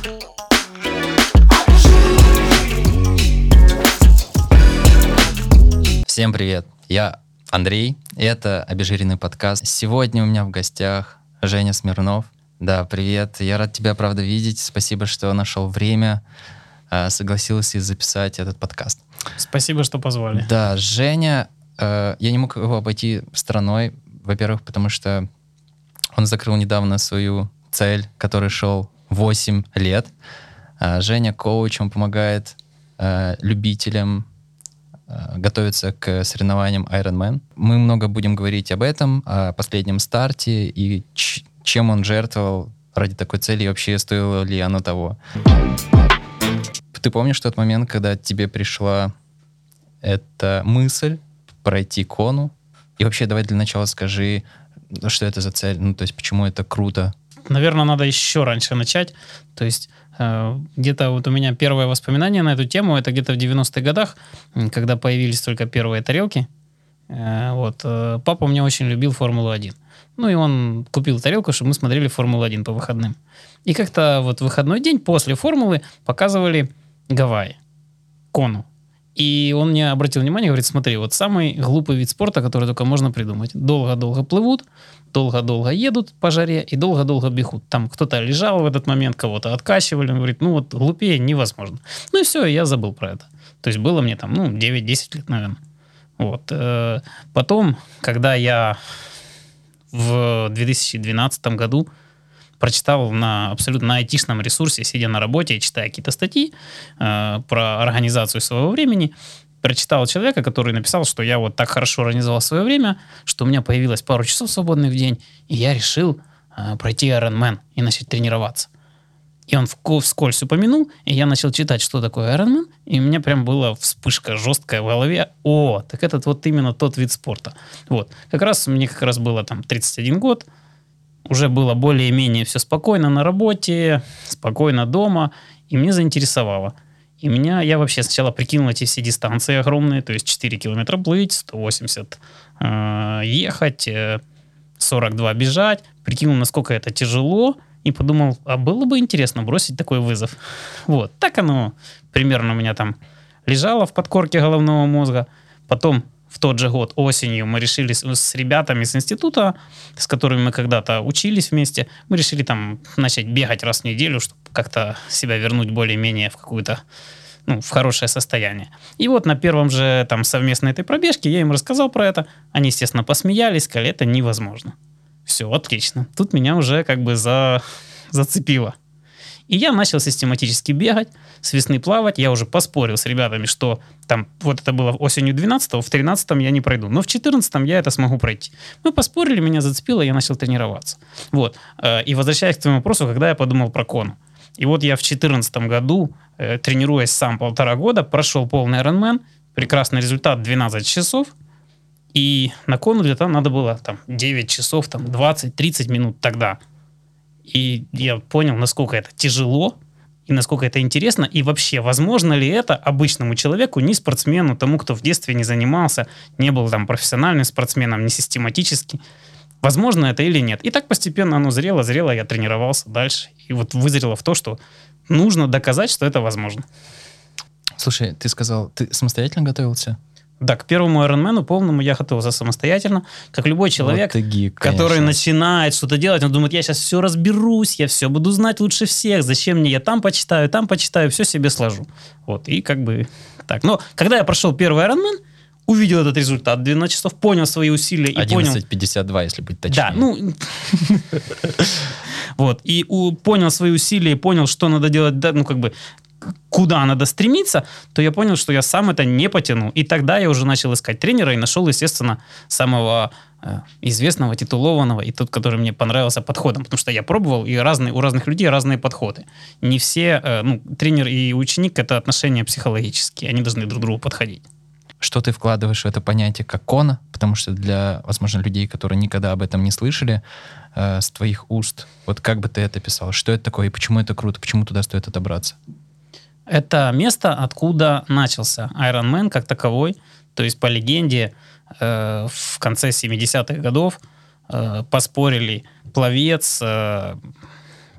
Всем привет, я Андрей, и это «Обезжиренный подкаст». Сегодня у меня в гостях Женя Смирнов. Да, привет, я рад тебя, правда, видеть. Спасибо, что нашел время, согласился записать этот подкаст. Спасибо, что позвали. Да, Женя, я не мог его обойти стороной, во-первых, потому что он закрыл недавно свою цель, который шел 8 лет. Женя коуч, он помогает любителям готовиться к соревнованиям Ironman. Мы много будем говорить об этом, о последнем старте и чем он жертвовал ради такой цели и вообще стоило ли оно того. Ты помнишь тот момент, когда тебе пришла эта мысль пройти Кону? И вообще давай для начала скажи, что это за цель, ну то есть почему это круто? Наверное, надо еще раньше начать. То есть где-то вот у меня первое воспоминание на эту тему, это где-то в 90-х годах, когда появились только первые тарелки. Папа у меня очень любил Формулу-1. Ну и он купил тарелку, чтобы мы смотрели Формулу-1 по выходным. И как-то вот в выходной день после Формулы показывали Гавайи, Кону. И он мне обратил внимание, говорит, смотри, вот самый глупый вид спорта, который только можно придумать. Долго-долго плывут, долго-долго едут по жаре и долго-долго бегут. Там кто-то лежал в этот момент, кого-то откачивали. Он говорит, ну вот глупее невозможно. Ну и все, я забыл про это. То есть было мне там, 9-10 лет, наверное. Вот. Потом, когда я в 2012 году прочитал на абсолютно айтишном ресурсе, сидя на работе и читая какие-то статьи про организацию своего времени, прочитал человека, который написал, что я вот так хорошо организовал свое время, что у меня появилось пару часов свободных в день, и я решил пройти Ironman и начать тренироваться. И он вскользь упомянул, и я начал читать, что такое Ironman, и у меня прям была вспышка жесткая в голове. О, так это вот именно тот вид спорта. Вот. Мне было там 31 год, уже было более-менее все спокойно на работе, спокойно дома, и мне заинтересовало. Я вообще сначала прикинул эти все дистанции огромные, то есть 4 километра плыть, 180 ехать, 42 бежать, прикинул, насколько это тяжело, и подумал, а было бы интересно бросить такой вызов. Вот, так оно примерно у меня там лежало в подкорке головного мозга. Потом в тот же год осенью мы решили с ребятами с института, с которыми мы когда-то учились вместе, мы решили там начать бегать раз в неделю, чтобы как-то себя вернуть более-менее в какую-то, в хорошее состояние. И вот на первом же там совместной этой пробежке я им рассказал про это. Они, естественно, посмеялись, сказали, это невозможно. Все, отлично. Тут меня уже как бы зацепило. И я начал систематически бегать, с весны плавать. Я уже поспорил с ребятами, что там вот это было осенью 12-го, в 13-м я не пройду. Но в 14-м я это смогу пройти. Мы поспорили, меня зацепило, я начал тренироваться. Вот. И возвращаясь к твоему вопросу, когда я подумал про Кону. И вот я в 2014 году, тренируясь сам 1,5 года, прошел полный Ironman. Прекрасный результат 12 часов. И на Кону где-то надо было там 9 часов, там 20-30 минут тогда. И я понял, насколько это тяжело, и насколько это интересно, и вообще, возможно ли это обычному человеку, не спортсмену, тому, кто в детстве не занимался, не был там профессиональным спортсменом, не систематически. Возможно это или нет. И так постепенно оно зрело, я тренировался дальше. И вот вызрело в то, что нужно доказать, что это возможно. Слушай, ты сказал, ты самостоятельно готовился? Да, к первому Ironman'у полному я готовился самостоятельно, как любой человек, вот гик, который начинает что-то делать, он думает, я сейчас все разберусь, я все буду знать лучше всех, зачем мне, я там почитаю, все себе сложу. Вот, и как бы так. Но когда я прошел первый Ironman, увидел этот результат 12 часов, понял свои усилия и понял... 11:52, если быть точнее. Да, вот, и понял свои усилия, понял, что надо делать, куда надо стремиться, то я понял, что я сам это не потяну. И тогда я уже начал искать тренера и нашел, естественно, самого известного, титулованного, и тот, который мне понравился подходом. Потому что я пробовал, и у разных людей разные подходы. Не все, тренер и ученик — это отношения психологические, они должны друг другу подходить. Что ты вкладываешь в это понятие как Кона? Потому что для, возможно, людей, которые никогда об этом не слышали, с твоих уст, вот как бы ты это писал? Что это такое и почему это круто? Почему туда стоит отобраться? Это место, откуда начался Ironman как таковой. То есть, по легенде, в конце 70-х годов поспорили пловец,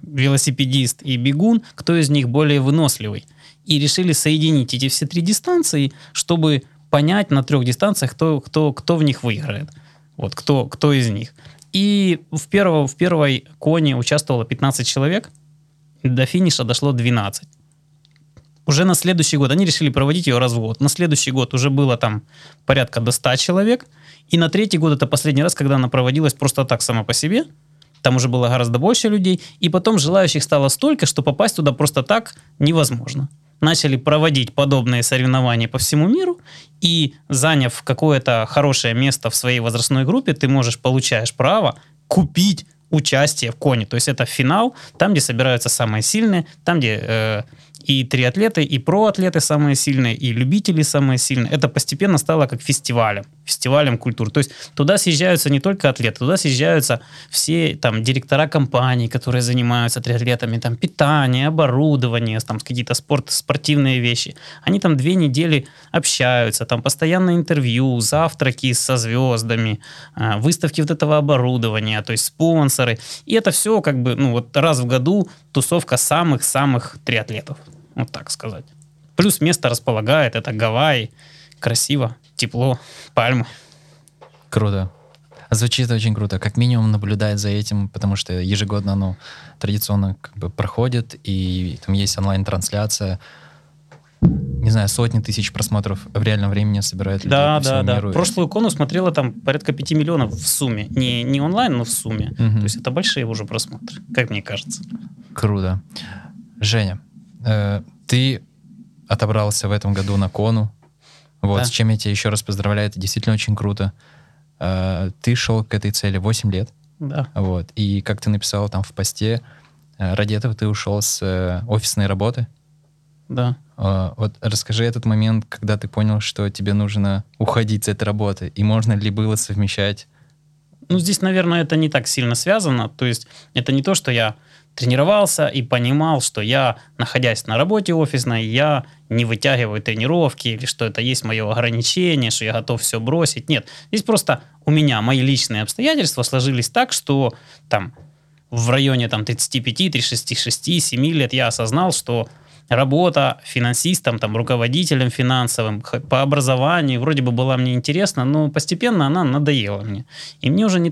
велосипедист и бегун, кто из них более выносливый. И решили соединить эти все 3 дистанции, чтобы понять на 3 дистанциях, кто в них выиграет. Вот, кто из них. И в первой коне участвовало 15 человек, до финиша дошло 12. Уже на следующий год, они решили проводить ее раз в год. На следующий год уже было там порядка до 100 человек. И на 3-й год, это последний раз, когда она проводилась просто так сама по себе. Там уже было гораздо больше людей. И потом желающих стало столько, что попасть туда просто так невозможно. Начали проводить подобные соревнования по всему миру. И заняв какое-то хорошее место в своей возрастной группе, ты получаешь право купить участие в коне. То есть это финал, там, где собираются самые сильные, там, где и триатлеты, и проатлеты самые сильные, и любители самые сильные. Это постепенно стало как фестивалем культуры. То есть туда съезжаются не только атлеты, туда съезжаются все там директора компаний, которые занимаются триатлетами, там питание, оборудование, там какие-то спортивные вещи. Они там 2 недели общаются, там постоянно интервью, завтраки со звездами, выставки вот этого оборудования, то есть спонсоры. И это все как бы, вот раз в году тусовка самых-самых триатлетов. Вот так сказать. Плюс место располагает, это Гавайи, красиво, тепло, пальмы. Круто. Звучит очень круто. Как минимум наблюдать за этим, потому что ежегодно оно традиционно как бы проходит, и там есть онлайн-трансляция. Не знаю, сотни тысяч просмотров в реальном времени собирают людей по всему миру. Прошлую кону смотрело там порядка 5 миллионов в сумме. Не онлайн, но в сумме. То есть это большие уже просмотры, как мне кажется. Круто. Женя, ты отобрался в этом году на кону. Вот, да. С чем я тебя еще раз поздравляю. Это действительно очень круто. Ты шел к этой цели 8 лет. Да. Вот. И как ты написал там в посте, ради этого ты ушел с офисной работы. Да. Вот расскажи этот момент, когда ты понял, что тебе нужно уходить с этой работы. И можно ли было совмещать? Здесь, наверное, это не так сильно связано. То есть это не то, что я тренировался и понимал, что я, находясь на работе офисной, я не вытягиваю тренировки, или что это есть мое ограничение, что я готов все бросить. Нет, здесь просто у меня мои личные обстоятельства сложились так, что там в районе 35, 36, 7 лет я осознал, что работа финансистом, руководителем финансовым по образованию вроде бы была мне интересна, но постепенно она надоела мне. И мне уже не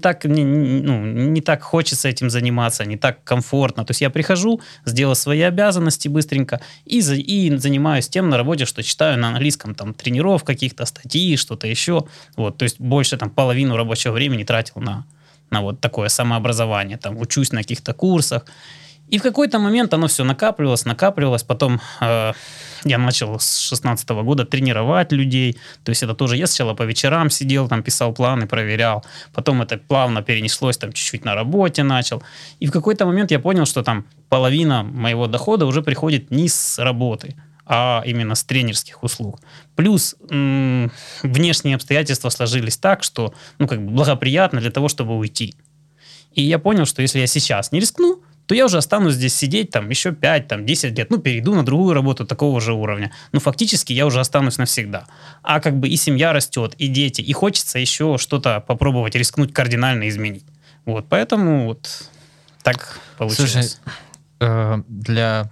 так хочется этим заниматься, не так комфортно. То есть я прихожу, сделал свои обязанности быстренько и занимаюсь тем на работе, что читаю на английском тренеров каких-то, статьи, что-то еще. Вот, то есть больше половину рабочего времени тратил на вот такое самообразование. Учусь на каких-то курсах. И в какой-то момент оно все накапливалось. Потом я начал с 2016 года тренировать людей. То есть это тоже я сначала по вечерам сидел, писал планы, проверял. Потом это плавно перенеслось, чуть-чуть на работе начал. И в какой-то момент я понял, что половина моего дохода уже приходит не с работы, а именно с тренерских услуг. Плюс внешние обстоятельства сложились так, что благоприятно для того, чтобы уйти. И я понял, что если я сейчас не рискну, то я уже останусь здесь сидеть еще 5-10 лет. Перейду на другую работу такого же уровня. Фактически я уже останусь навсегда. А и семья растет, и дети, и хочется еще что-то попробовать, рискнуть, кардинально изменить. Вот, поэтому так получилось. Слушай, для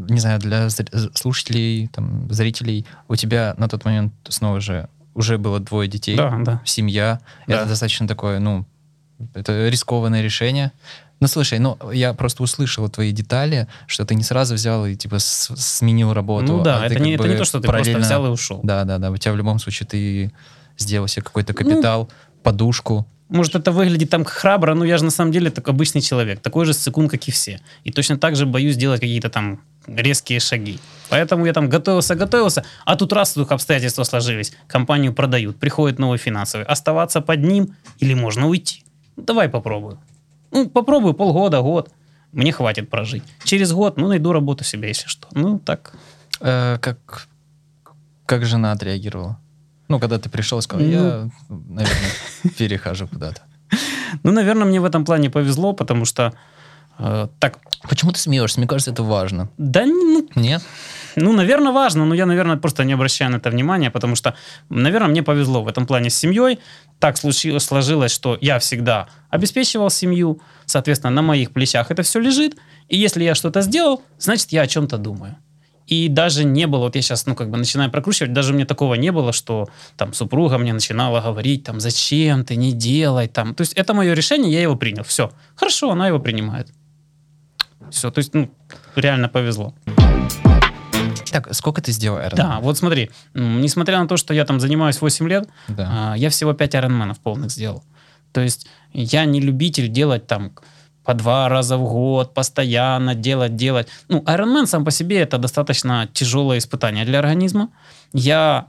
слушателей, зрителей, у тебя на тот момент снова же уже было 2 детей, да. Семья. Да. Это достаточно такое, это рискованное решение. Слушай, я просто услышал твои детали, что ты не сразу взял и сменил работу. Это не то, что ты просто взял и ушел. Да. У тебя в любом случае ты сделал себе какой-то капитал, подушку. Может, это выглядит храбро, но я же на самом деле обычный человек, такой же ссыкун, как и все. И точно так же боюсь делать какие-то резкие шаги. Поэтому я готовился, а тут раз вдруг обстоятельства сложились, компанию продают, приходит новый финансовый. Оставаться под ним или можно уйти? Давай попробую. Попробую полгода, год. Мне хватит прожить. Через год, найду работу себе, если что. Так. Как жена отреагировала? Когда ты пришел и сказал, я, наверное, перехожу куда-то. Наверное, мне в этом плане повезло, потому что Почему ты смеешься? Мне кажется, это важно. Да, Нет? Наверное, важно, но я, наверное, просто не обращаю на это внимания, потому что, наверное, мне повезло в этом плане с семьей. Так сложилось, что я всегда обеспечивал семью, соответственно, на моих плечах это все лежит, И если я что-то сделал, значит, я о чем-то думаю. И даже не было, вот я сейчас, начинаю прокручивать, даже у меня такого не было, что там супруга мне начинала говорить, там, зачем ты, не делай, там. То есть это мое решение, я его принял. Все. Хорошо, она его принимает. Все. То есть, реально повезло. Так, сколько ты сделал Ironman? Да, вот смотри, несмотря на то, что я там занимаюсь 8 лет, я всего 5 Ironman'ов полных сделал. То есть я не любитель делать там по 2 раза в год, постоянно делать. Ironman сам по себе это достаточно тяжелое испытание для организма. Я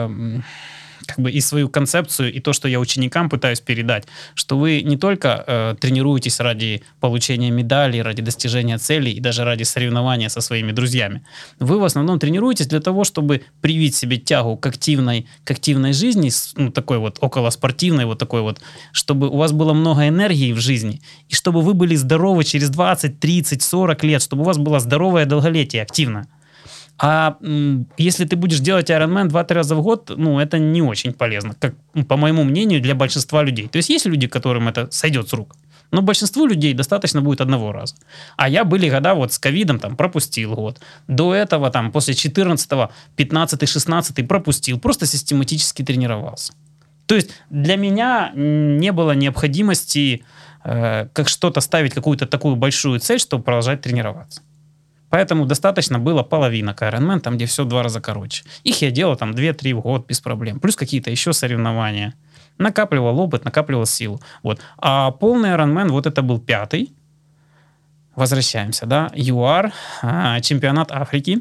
и свою концепцию, и то, что я ученикам пытаюсь передать, что вы не только тренируетесь ради получения медалей, ради достижения целей и даже ради соревнования со своими друзьями. Вы в основном тренируетесь для того, чтобы привить себе тягу к активной жизни, такой вот околоспортивной, вот такой вот, чтобы у вас было много энергии в жизни, и чтобы вы были здоровы через 20, 30, 40 лет, чтобы у вас было здоровое долголетие, активное. А если ты будешь делать Ironman 2-3 раза в год, это не очень полезно, как, по моему мнению, для большинства людей. То есть есть люди, которым это сойдет с рук, но большинству людей достаточно будет 1 раза. А я были года вот с ковидом там пропустил год. До этого там после 14-го, 15-й, 16-й пропустил, просто систематически тренировался. То есть для меня не было необходимости как что-то ставить, какую-то такую большую цель, чтобы продолжать тренироваться. Поэтому достаточно было половина Ironman, там, где все 2 раза короче. Их я делал там 2-3 в год без проблем. Плюс какие-то еще соревнования. Накапливал опыт, накапливал силу. Вот. А полный Ironman, вот это был 5-й. Возвращаемся, да. ЮАР, чемпионат Африки.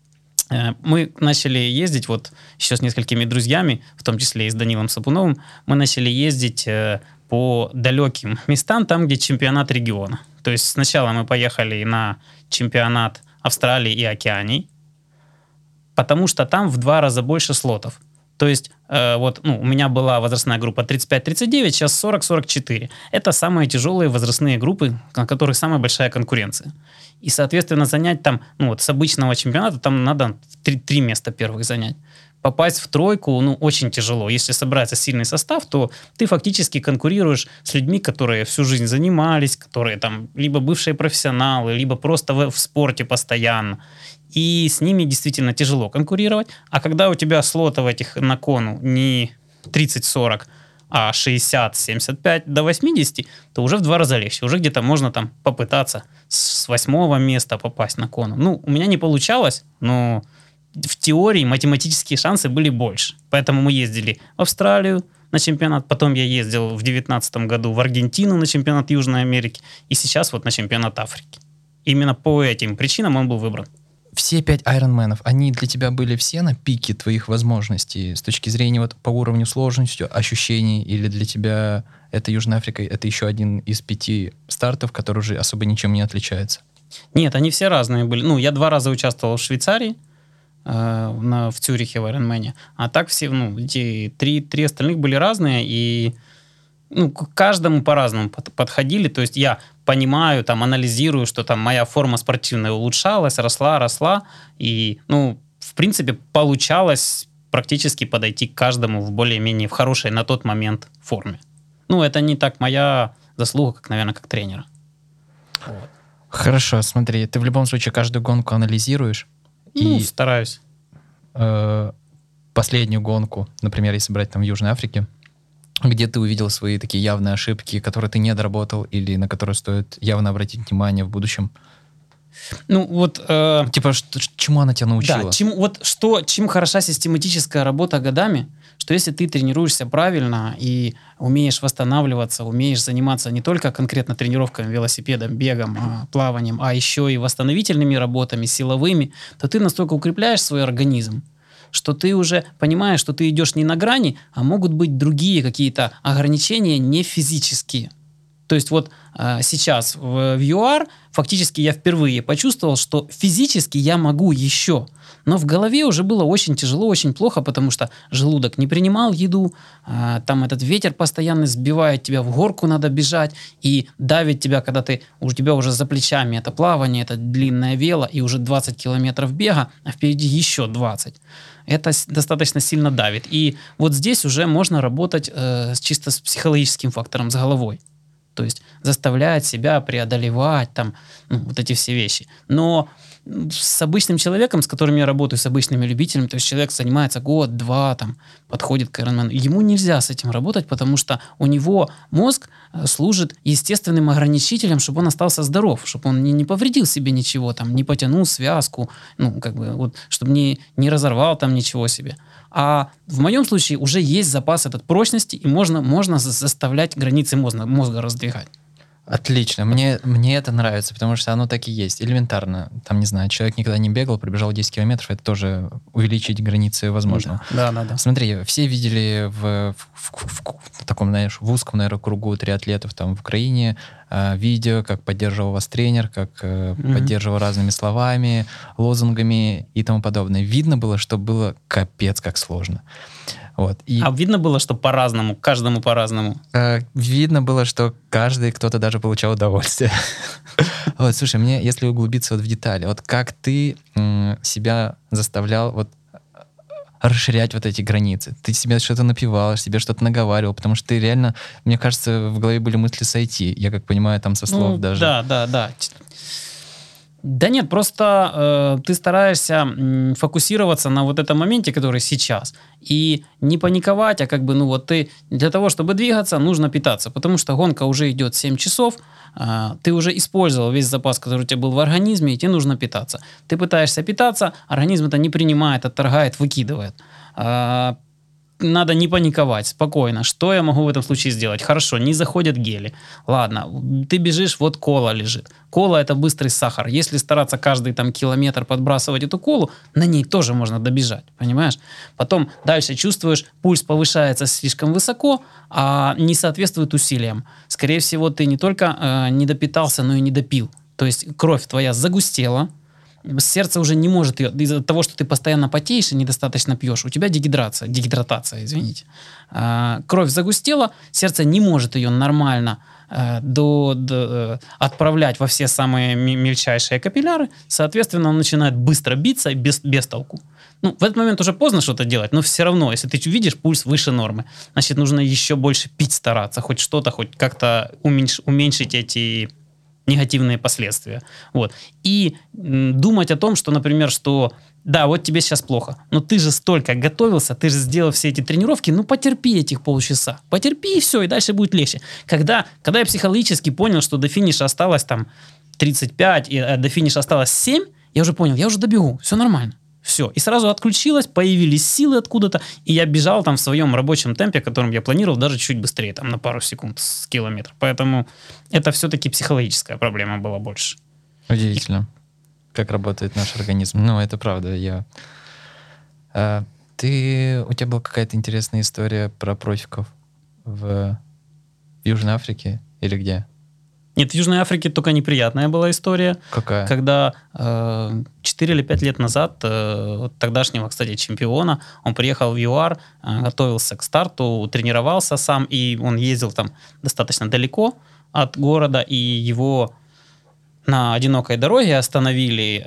Мы начали ездить вот еще с несколькими друзьями, в том числе и с Данилом Сапуновым, мы начали ездить по далеким местам, там, где чемпионат региона. То есть сначала мы поехали на чемпионат Австралии и Океании, потому что там в 2 раза больше слотов. То есть у меня была возрастная группа 35-39, сейчас 40-44. Это самые тяжелые возрастные группы, на которых самая большая конкуренция. И, соответственно, занять там, с обычного чемпионата, там надо 3 места первых занять. Попасть в 3 очень тяжело. Если собирается сильный состав, то ты фактически конкурируешь с людьми, которые всю жизнь занимались, которые там либо бывшие профессионалы, либо просто в спорте постоянно. И с ними действительно тяжело конкурировать. А когда у тебя слотов этих на кону не 30-40, а 60-75 до 80, то уже в 2 раза легче. Уже где-то можно там попытаться с 8 места попасть на кону. У меня не получалось, но в теории математические шансы были больше. Поэтому мы ездили в Австралию на чемпионат, потом я ездил в 2019 году в Аргентину на чемпионат Южной Америки, и сейчас вот на чемпионат Африки. Именно по этим причинам он был выбран. Все 5 Ironman'ов, они для тебя были все на пике твоих возможностей с точки зрения вот по уровню сложности, ощущений, или для тебя это Южная Африка, это еще один из 5 стартов, который уже особо ничем не отличается? Нет, они все разные были. Я 2 раза участвовал в Швейцарии, в Цюрихе в Ironman'е, а так все, эти 3 остальных были разные, и к каждому по-разному подходили. То есть я понимаю, там, анализирую, что там моя форма спортивная улучшалась, росла, и, в принципе, получалось практически подойти к каждому в более-менее в хорошей на тот момент форме. Это не так моя заслуга, как, наверное, как тренера. Вот. Хорошо, смотри, ты в любом случае каждую гонку анализируешь. И стараюсь. Последнюю гонку, например, если брать там в Южной Африке, где ты увидел свои такие явные ошибки, которые ты не доработал или на которые стоит явно обратить внимание в будущем? Чему она тебя научила? Да, чем хороша систематическая работа годами, что если ты тренируешься правильно и умеешь восстанавливаться, умеешь заниматься не только конкретно тренировками, велосипедом, бегом, плаванием, а еще и восстановительными работами, силовыми, то ты настолько укрепляешь свой организм, что ты уже понимаешь, что ты идешь не на грани, а могут быть другие какие-то ограничения не физические. То есть сейчас в ЮАР фактически я впервые почувствовал, что физически я могу еще, но в голове уже было очень тяжело, очень плохо, потому что желудок не принимал еду, там этот ветер постоянно сбивает тебя, в горку надо бежать и давит тебя, когда у тебя уже за плечами это плавание, это длинное вело и уже 20 километров бега, а впереди еще 20. Это достаточно сильно давит. И вот здесь уже можно работать чисто с психологическим фактором, с головой. То есть заставляет себя преодолевать там, вот эти все вещи. Но с обычным человеком, с которым я работаю, с обычными любителями, то есть человек занимается год-два, там, подходит к Ironman, ему нельзя с этим работать, потому что у него мозг служит естественным ограничителем, чтобы он остался здоров, чтобы он не повредил себе ничего, там, не потянул связку, чтобы не разорвал там ничего себе. А в моем случае уже есть запас этот прочности, и можно заставлять границы мозга раздвигать. Отлично. Мне это нравится, потому что оно так и есть. Элементарно. Там, не знаю, человек никогда не бегал, пробежал 10 километров, это тоже увеличить границы возможно. Да. Смотри, все видели в таком, знаешь, в узком, наверное, кругу триатлетов там в Украине видео, как поддерживал вас тренер, как поддерживал разными словами, лозунгами и тому подобное. Видно было, что было капец как сложно. Вот. А видно было, что по-разному, каждому по-разному? Видно было, что кто-то даже получал удовольствие. Вот, слушай, мне, если углубиться вот в детали, вот как ты себя заставлял вот расширять вот эти границы? Ты себе что-то напевал, себе что-то наговаривал, потому что ты реально, мне кажется, в голове были мысли сойти. Я как понимаю, там со слов даже. Да. Да нет, просто ты стараешься фокусироваться на вот этом моменте, который сейчас, и не паниковать, а ты для того, чтобы двигаться, нужно питаться, потому что гонка уже идет 7 часов, ты уже использовал весь запас, который у тебя был в организме, и тебе нужно питаться. Ты пытаешься питаться, организм это не принимает, отторгает, выкидывает. Надо не паниковать, спокойно. Что я могу в этом случае сделать? Хорошо, не заходят гели. Ладно, ты бежишь, вот кола лежит. Кола — это быстрый сахар. Если стараться каждый километр подбрасывать эту колу, на ней тоже можно добежать, понимаешь? Потом дальше чувствуешь, пульс повышается слишком высоко, а не соответствует усилиям. Скорее всего, ты не только не допитался, но и не допил. То есть кровь твоя загустела, сердце уже не может ее, из-за того, что ты постоянно потеешь и недостаточно пьешь, у тебя дегидратация, извините. Кровь загустела, сердце не может ее нормально отправлять во все самые мельчайшие капилляры, соответственно, он начинает быстро биться без толку. В этот момент уже поздно что-то делать, но все равно, если ты видишь пульс выше нормы, значит, нужно еще больше пить стараться, хоть как-то уменьшить эти негативные последствия. Вот. И думать о том, что, например, да, вот тебе сейчас плохо, но ты же столько готовился, ты же сделал все эти тренировки, потерпи этих полчаса. Потерпи, и все, и дальше будет легче. Когда я психологически понял, что до финиша осталось 35, и до финиша осталось 7, я уже понял, я уже добегу, все нормально. Все. И сразу отключилось, появились силы откуда-то, и я бежал в своем рабочем темпе, которым я планировал, даже чуть быстрее, на пару секунд с километра. Поэтому это все-таки психологическая проблема была больше. Удивительно, как работает наш организм. Это правда. У тебя была какая-то интересная история про профиков в Южной Африке или где? Нет, в Южной Африке только неприятная была история. Какая? Когда 4 или 5 лет назад тогдашнего, кстати, чемпиона, он приехал в ЮАР, готовился к старту, тренировался сам, и он ездил достаточно далеко от города, и его на одинокой дороге остановили,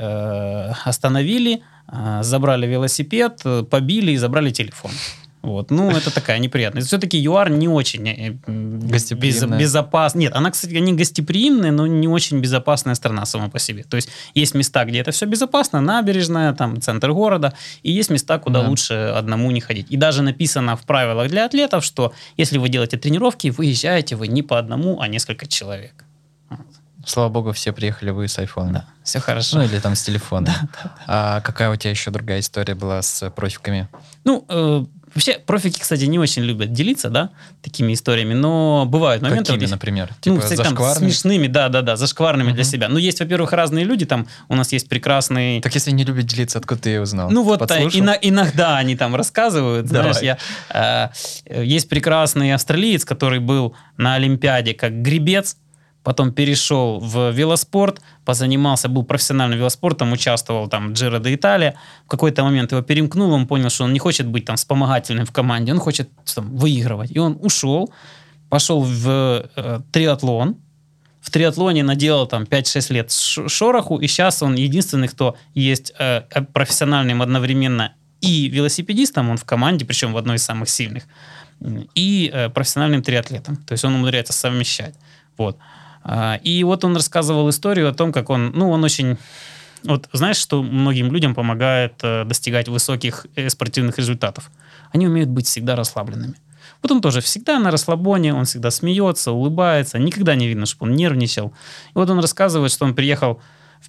забрали велосипед, побили и забрали телефон. Вот. Это такая неприятность. Все-таки ЮАР не очень безопасная. Нет, она, кстати, они гостеприимная, но не очень безопасная страна сама по себе. То есть есть места, где это все безопасно, набережная, центр города, и есть места, куда лучше одному не ходить. И даже написано в правилах для атлетов, что если вы делаете тренировки, выезжаете вы не по одному, а несколько человек. Вот. Слава богу, все приехали вы с айфоном. Да, все хорошо. Или с телефона. Да. А какая у тебя еще другая история была с профиками? Вообще, профики, кстати, не очень любят делиться, такими историями, но бывают моменты... Какими, например? Зашкварными? Смешными, да, зашкварными для себя. Есть, во-первых, разные люди, у нас есть прекрасный... Так если не любят делиться, откуда ты узнал? Иногда они рассказывают, знаешь, есть прекрасный австралиец, который был на Олимпиаде как гребец, потом перешел в велоспорт, позанимался, был профессиональным велоспортом, участвовал в Джиро де Италия. В какой-то момент его перемкнул, он понял, что он не хочет быть вспомогательным в команде, он хочет выигрывать. И он ушел, пошел в триатлон. В триатлоне наделал 5-6 лет шороху, и сейчас он единственный, кто есть профессиональным одновременно и велосипедистом, он в команде, причем в одной из самых сильных, и профессиональным триатлетом. То есть он умудряется совмещать. Вот. И вот он рассказывал историю о том, как он очень... Вот знаешь, что многим людям помогает достигать высоких спортивных результатов? Они умеют быть всегда расслабленными. Вот он тоже всегда на расслабоне, он всегда смеется, улыбается, никогда не видно, чтобы он нервничал. И вот он рассказывает, что он приехал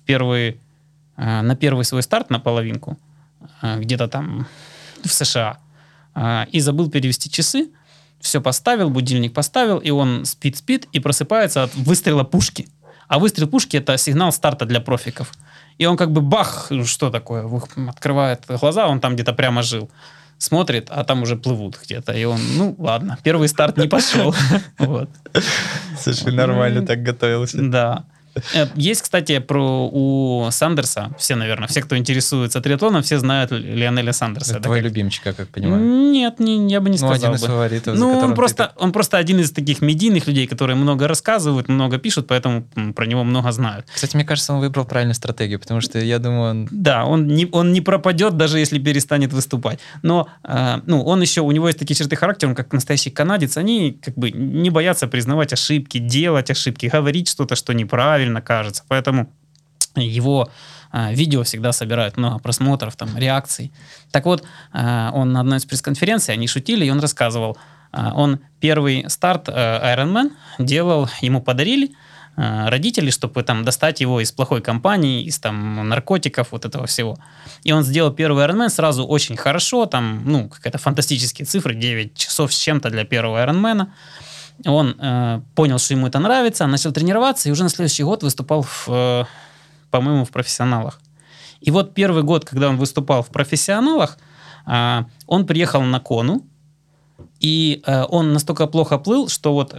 на первый свой старт на половинку, где-то там в США, и забыл перевести часы, все поставил, будильник поставил, и он спит, и просыпается от выстрела пушки. А выстрел пушки — это сигнал старта для профиков. И он как бы бах, что такое, открывает глаза, он там где-то прямо жил, смотрит, а там уже плывут где-то. И он, ладно, первый старт не пошел. Слушай, нормально так готовился. Да. Есть, кстати, у Сандерса, все, кто интересуется триатлоном, все знают Лионеля Сандерса. Это твой любимчик, как понимаю? Нет, я бы не сказал. Один из фаворитов, он просто один из таких медийных людей, которые много рассказывают, много пишут, поэтому про него много знают. Кстати, мне кажется, он выбрал правильную стратегию, потому что я думаю, Да, он не пропадет, даже если перестанет выступать. Но у него есть такие черты характера, он как настоящий канадец, они как бы не боятся признавать ошибки, делать ошибки, говорить что-то, что неправильно кажется. Поэтому его видео всегда собирают много просмотров, там, реакций. Так вот, он на одной из пресс-конференций, они шутили, и он рассказывал, он первый старт Ironman делал, ему подарили родители, чтобы там достать его из плохой компании, из там наркотиков, вот этого всего. И он сделал первый Ironman сразу очень хорошо, там, какая-то фантастические цифры, 9 часов с чем-то для первого Ironman. Он понял, что ему это нравится, начал тренироваться, и уже на следующий год выступал, по-моему, в профессионалах. И вот первый год, когда он выступал в профессионалах, он приехал на Кону, и он настолько плохо плыл, что вот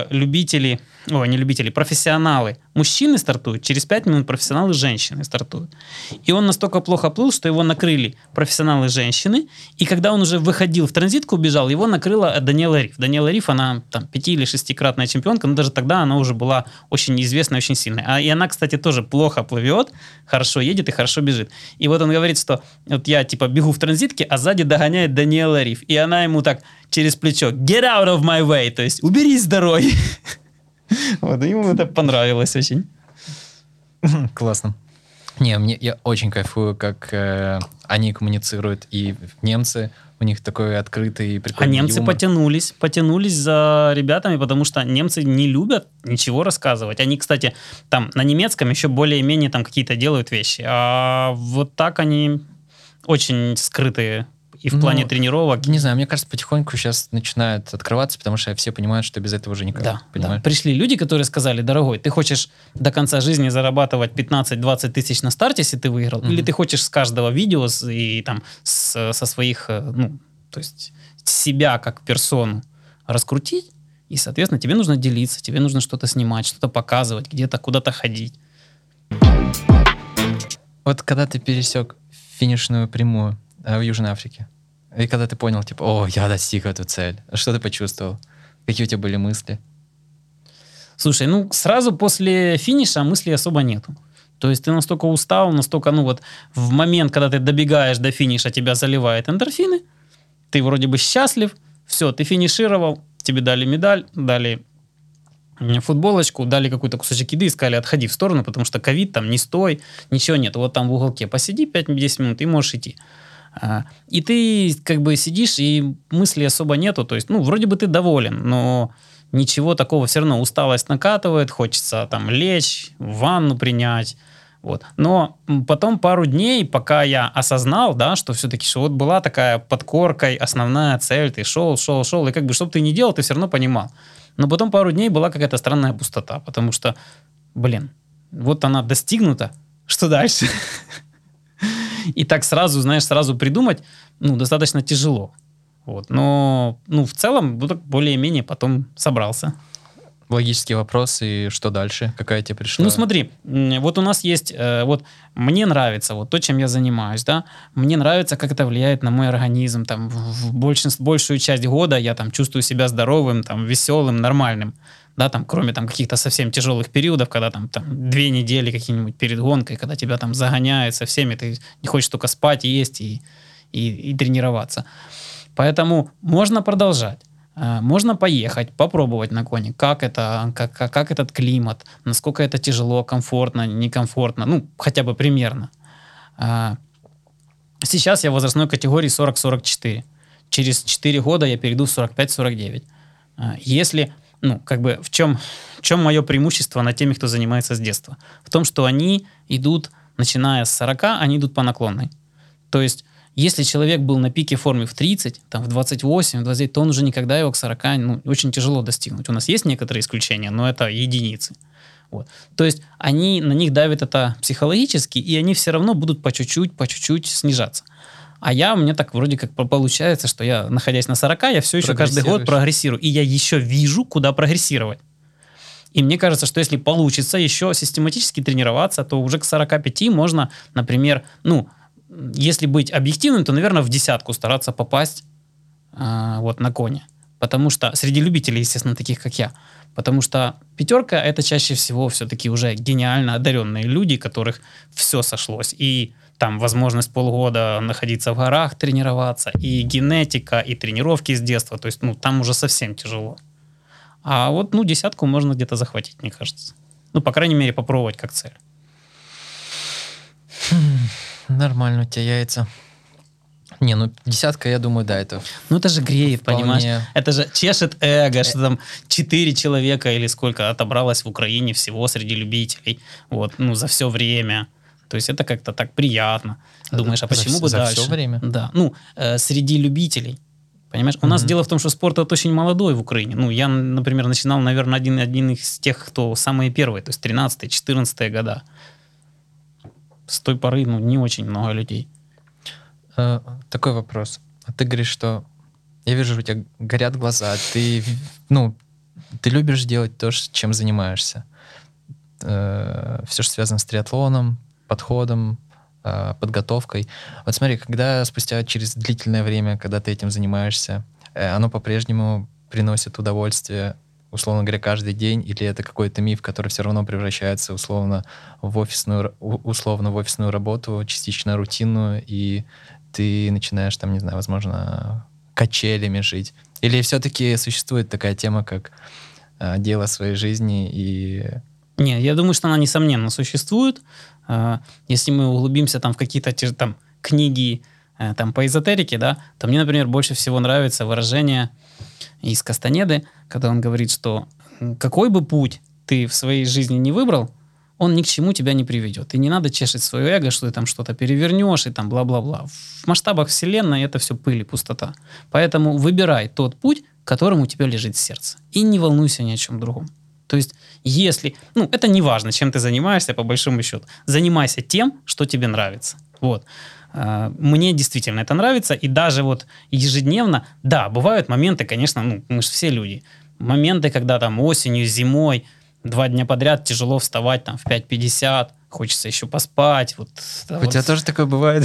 профессионалы мужчины стартуют, через 5 минут профессионалы женщины стартуют. И он настолько плохо плыл, что его накрыли профессионалы женщины, и когда он уже выходил в транзитку, убежал, его накрыла Даниэла Риф. Даниэла Риф, она там 5- или 6-кратная чемпионка, но даже тогда она уже была очень известная, очень сильная. И она, кстати, тоже плохо плывет, хорошо едет и хорошо бежит. И вот он говорит, что вот я типа бегу в транзитке, а сзади догоняет Даниэла Риф. И она ему так через плечо: «Get out of my way», то есть «уберись с дороги». Вот, ему это понравилось очень. Классно. Я очень кайфую, как они коммуницируют, и немцы, у них такой открытый и прикольный немцы юмор. потянулись за ребятами, потому что немцы не любят ничего рассказывать. Они, кстати, там на немецком еще более-менее там какие-то делают вещи, а вот так они очень скрытые. И в плане тренировок. Не знаю, мне кажется, потихоньку сейчас начинают открываться, потому что все понимают, что без этого уже никак. Да. Пришли люди, которые сказали: дорогой, ты хочешь до конца жизни зарабатывать 15-20 тысяч на старте, если ты выиграл, или ты хочешь с каждого видео и там со своих, то есть себя как персону раскрутить, и, соответственно, тебе нужно делиться, тебе нужно что-то снимать, что-то показывать, где-то куда-то ходить. Вот когда ты пересек финишную прямую в Южной Африке, и когда ты понял, типа, я достиг эту цель, что ты почувствовал? Какие у тебя были мысли? Слушай, сразу после финиша мыслей особо нету. То есть ты настолько устал, настолько, в момент, когда ты добегаешь до финиша, тебя заливает эндорфины, ты вроде бы счастлив, все, ты финишировал, тебе дали медаль, дали футболочку, дали какой-то кусочек еды и сказали: отходи в сторону, потому что ковид, там не стой, ничего нет. Вот там в уголке посиди 5-10 минут и можешь идти. И ты как бы сидишь, и мыслей особо нету. То есть, вроде бы ты доволен, но ничего такого, все равно усталость накатывает, хочется там лечь, ванну принять. Вот. Но потом пару дней, пока я осознал, да, что все-таки вот была такая под коркой основная цель, ты шел, и как бы что бы ты ни делал, ты все равно понимал. Но потом пару дней была какая-то странная пустота, потому что, вот она достигнута, что дальше? И так сразу придумать, достаточно тяжело. Вот. Но, в целом, более-менее потом собрался. Логический вопрос, и что дальше? Какая тебе пришла? Смотри, вот у нас есть, мне нравится то, чем я занимаюсь, да, мне нравится, как это влияет на мой организм, там, в большую часть года я там чувствую себя здоровым, там, веселым, нормальным, да, там, кроме там каких-то совсем тяжелых периодов, когда там 2 недели какие-нибудь перед гонкой, когда тебя там загоняют со всеми, ты не хочешь только спать, есть и тренироваться. Поэтому можно продолжать. Можно поехать, попробовать на коне, как это, как этот климат, насколько это тяжело, комфортно, некомфортно, ну, хотя бы примерно. Сейчас я в возрастной категории 40-44. Через 4 года я перейду в 45-49. Если, ну, как бы, в чем мое преимущество над теми, кто занимается с детства? В том, что они идут, начиная с 40, они идут по наклонной. То есть, если человек был на пике формы в 30, там, в 28, в 29, то он уже никогда его к 40, ну, очень тяжело достигнуть. У нас есть некоторые исключения, но это единицы. Вот. То есть, они, на них давит это психологически, и они все равно будут по чуть-чуть снижаться. А у меня так вроде как получается, что я, находясь на 40, я все еще каждый год прогрессирую. И я еще вижу, куда прогрессировать. И мне кажется, что если получится еще систематически тренироваться, то уже к 45 можно, например, ну, если быть объективным, то, наверное, в десятку стараться попасть вот на коне. Потому что среди любителей, естественно, таких, как я. Потому что 5 — это чаще всего все-таки уже гениально одаренные люди, которых все сошлось. И там возможность полгода находиться в горах, тренироваться, и генетика, и тренировки с детства. То есть, ну, там уже совсем тяжело. А вот, ну, десятку можно где-то захватить, мне кажется. Ну, по крайней мере, попробовать как цель. Нормально у тебя яйца. Не, ну, десятка, я думаю, да, это... Ну, это же греет, вполне... понимаешь? Это же чешет эго, что там 4 человека или сколько отобралось в Украине всего среди любителей. Вот, ну, за все время. То есть это как-то так приятно. Думаешь, а почему бы дальше? За все время? Да. Ну, среди любителей. Понимаешь? У нас дело в том, что спорт это очень молодой в Украине. Ну, я, например, начинал, наверное, один из тех, кто самые первые, то есть 13-14 года. С той поры, ну, не очень много людей. Такой вопрос. Ты говоришь, что я вижу, у тебя горят глаза, ты любишь делать то, чем занимаешься. Все, что связано с триатлоном, подходом, подготовкой. Вот смотри, когда спустя через длительное время, когда ты этим занимаешься, оно по-прежнему приносит удовольствие, условно говоря, каждый день, или это какой-то миф, который все равно превращается условно в офисную работу, частично рутинную, и ты начинаешь там, не знаю, возможно, качелями жить? Или все-таки существует такая тема, как дело своей жизни и... Не, я думаю, что она, несомненно, существует. Если мы углубимся там в какие-то там книги там, по эзотерике, да, то мне, например, больше всего нравится выражение из Кастанеды, когда он говорит, что какой бы путь ты в своей жизни не выбрал, он ни к чему тебя не приведет. И не надо чешить свое эго, что ты там что-то перевернешь и там бла-бла-бла. В масштабах Вселенной это все пыль и пустота. Поэтому выбирай тот путь, которым у тебя лежит сердце. И не волнуйся ни о чем другом. То есть, если... Ну, это не важно, чем ты занимаешься, по большому счету. Занимайся тем, что тебе нравится. Вот. Мне действительно это нравится. И даже вот ежедневно... Да, бывают моменты, конечно, ну, мы же все люди. Моменты, когда там осенью, зимой, 2 дня подряд тяжело вставать там в 5:50, хочется еще поспать. Вот, да, у тебя тоже такое бывает?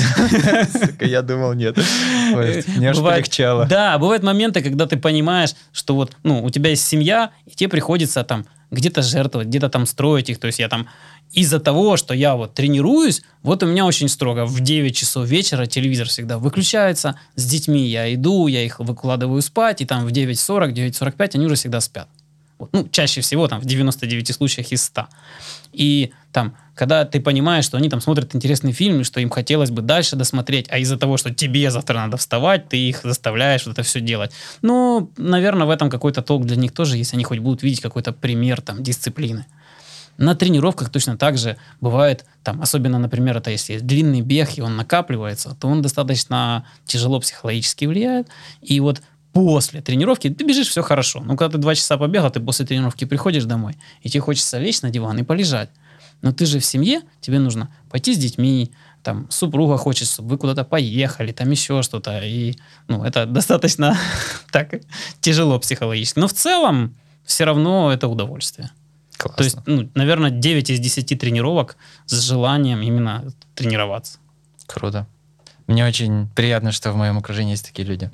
Я думал, нет. Мне аж полегчало. Да, бывают моменты, когда ты понимаешь, что вот, ну, у тебя есть семья, и тебе приходится там где-то жертвовать, где-то там строить их. То есть я там из-за того, что я вот тренируюсь, вот у меня очень строго в 9 часов вечера телевизор всегда выключается, с детьми я иду, я их выкладываю спать, и там в 9:40, 9:45 они уже всегда спят. Вот. Ну, чаще всего там в 99 случаях из 100. И там, когда ты понимаешь, что они там смотрят интересный фильм, и что им хотелось бы дальше досмотреть, а из-за того, что тебе завтра надо вставать, ты их заставляешь вот это все делать. Ну, наверное, в этом какой-то толк для них тоже, если они хоть будут видеть какой-то пример там дисциплины. На тренировках точно так же бывает, там, особенно, например, это если есть длинный бег, и он накапливается, то он достаточно тяжело психологически влияет. И вот после тренировки ты бежишь, все хорошо. Но когда ты 2 часа побегал, ты после тренировки приходишь домой, и тебе хочется лечь на диван и полежать. Но ты же в семье, тебе нужно пойти с детьми, там, супруга хочет, чтобы вы куда-то поехали, там еще что-то. И, ну, это достаточно так тяжело психологически. Но в целом все равно это удовольствие. Классно. То есть, ну, наверное, 9 из 10 тренировок с желанием именно тренироваться. Круто. Мне очень приятно, что в моем окружении есть такие люди.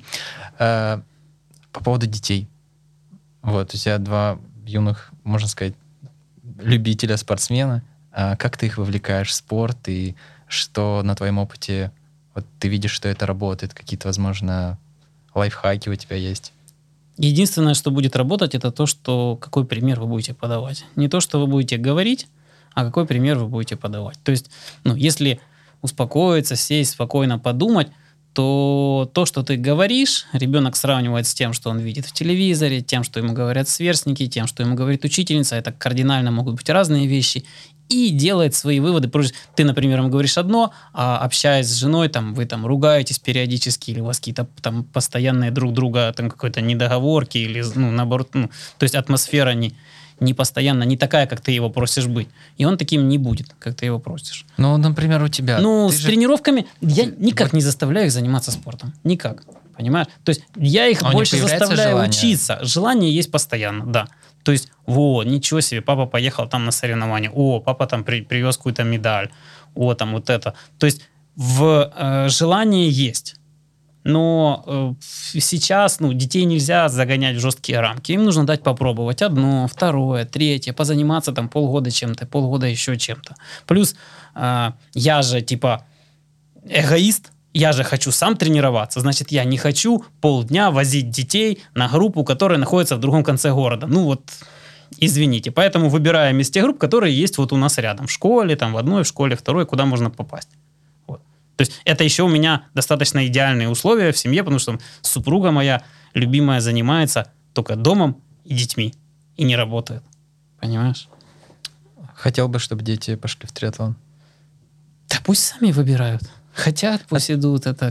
По поводу детей. Вот, у тебя 2 юных, можно сказать, любителя, спортсмена. Как ты их вовлекаешь в спорт, и что на твоем опыте вот ты видишь, что это работает? Какие-то, возможно, лайфхаки у тебя есть? Единственное, что будет работать, это то, что какой пример вы будете подавать. Не то, что вы будете говорить, а какой пример вы будете подавать. То есть, если успокоиться, сесть, спокойно подумать, то что ты говоришь, ребенок сравнивает с тем, что он видит в телевизоре, тем, что ему говорят сверстники, тем, что ему говорит учительница. Это кардинально могут быть разные вещи. И делает свои выводы. Ты, например, ему говоришь одно, а общаясь с женой, вы ругаетесь периодически, или у вас какие-то постоянные друг друга какой-то недоговорки, или наоборот, то есть атмосфера не постоянно, не такая, как ты его просишь быть. И он таким не будет, как ты его просишь. Например, у тебя. Тренировками я никак не заставляю их заниматься спортом. Никак. Понимаешь? То есть я их больше заставляю учиться. Желание есть постоянно, да. То есть, ничего себе, папа поехал там на соревнования, папа там привез какую-то медаль, там вот это. То есть желание есть. Но сейчас детей нельзя загонять в жесткие рамки. Им нужно дать попробовать одно, второе, третье, позаниматься полгода чем-то, полгода еще чем-то. Плюс я же эгоист, я же хочу сам тренироваться, значит, я не хочу полдня возить детей на группу, которая находится в другом конце города. Извините. Поэтому выбираем из тех групп, которые есть у нас рядом. В школе, в одной, в школе, второй, куда можно попасть. То есть это еще у меня достаточно идеальные условия в семье, потому что супруга моя любимая занимается только домом и детьми. И не работает. Понимаешь? Хотел бы, чтобы дети пошли в триатлон. Да пусть сами выбирают. Хотят, пусть идут. Это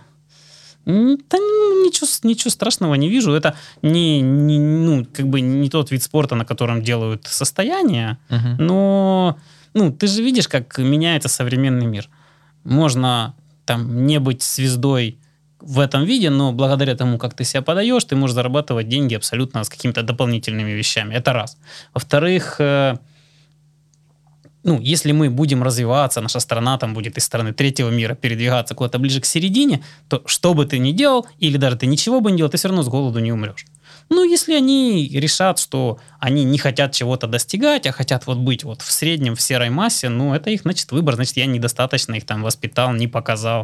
ничего страшного не вижу. Это не тот вид спорта, на котором делают состояние. Но ты же видишь, как меняется современный мир. Можно не быть звездой в этом виде, но благодаря тому, как ты себя подаешь, ты можешь зарабатывать деньги абсолютно с какими-то дополнительными вещами. Это раз. Во-вторых, если мы будем развиваться, наша страна будет из страны третьего мира передвигаться куда-то ближе к середине, то что бы ты ни делал, или даже ты ничего бы не делал, ты все равно с голоду не умрешь. Если они решат, что они не хотят чего-то достигать, а хотят быть в среднем, в серой массе, это их, выбор. Значит, я недостаточно их воспитал, не показал.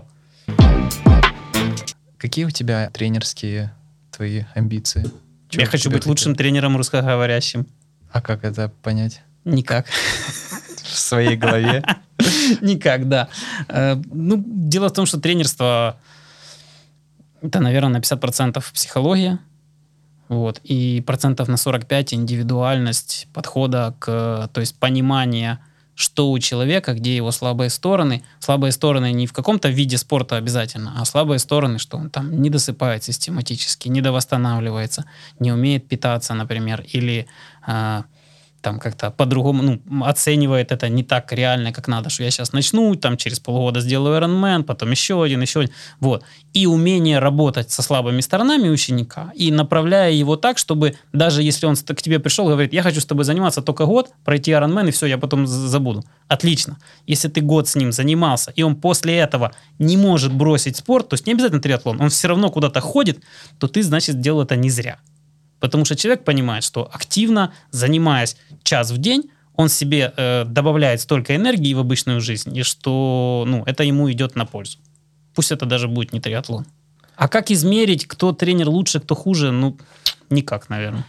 Какие у тебя тренерские твои амбиции? Я хочу быть лучшим тренером русскоговорящим. А как это понять? Никак. В своей голове? Никак, да. Дело в том, что тренерство это, наверное, на 50% психология. И процентов на 45% индивидуальность подхода то есть понимание, что у человека, где его слабые стороны. Слабые стороны не в каком-то виде спорта обязательно, а слабые стороны, что он не досыпает систематически, не довосстанавливается, не умеет питаться, например, или как-то по-другому, оценивает это не так реально, как надо, что я сейчас начну, через полгода сделаю Ironman, потом еще один. И умение работать со слабыми сторонами ученика и направляя его так, чтобы даже если он к тебе пришел и говорит, я хочу с тобой заниматься только год, пройти Ironman, и все, я потом забуду. Отлично. Если ты год с ним занимался, и он после этого не может бросить спорт, то есть не обязательно триатлон, он все равно куда-то ходит, то ты, значит, делал это не зря. Потому что человек понимает, что активно, занимаясь час в день, он себе добавляет столько энергии в обычную жизнь, и что это ему идет на пользу. Пусть это даже будет не триатлон. А как измерить, кто тренер лучше, кто хуже? Никак, наверное.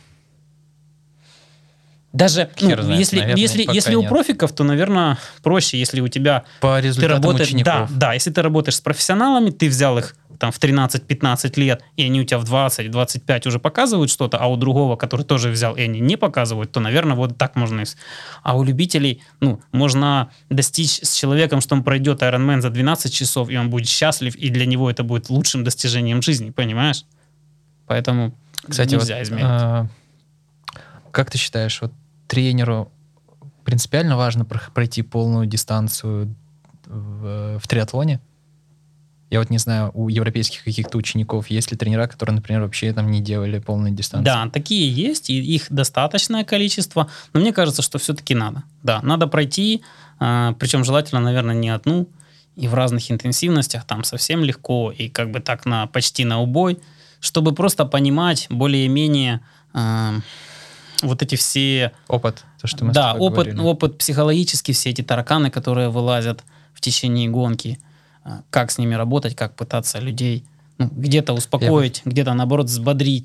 Даже если у профиков, то, наверное, проще, если у тебя... По результатам учеников. Да, если ты работаешь с профессионалами, ты взял их в 13-15 лет, и они у тебя в 20-25 уже показывают что-то, а у другого, который тоже взял, и они не показывают, то, наверное, так можно. А у любителей, можно достичь с человеком, что он пройдет Ironman за 12 часов, и он будет счастлив, и для него это будет лучшим достижением жизни, понимаешь? Поэтому нельзя измерить. Как ты считаешь, тренеру принципиально важно пройти полную дистанцию в триатлоне? Я не знаю, у европейских каких-то учеников есть ли тренера, которые, например, вообще не делали полную дистанцию? Да, такие есть, и их достаточное количество, но мне кажется, что все-таки надо. Да, надо пройти, причем желательно, наверное, не одну, и в разных интенсивностях, совсем легко, и почти на убой, чтобы просто понимать более-менее эти все... Опыт, то, что мы с тобой говорили. Опыт психологический, все эти тараканы, которые вылазят в течение гонки, как с ними работать, как пытаться людей где-то успокоить, где-то, наоборот, взбодрить.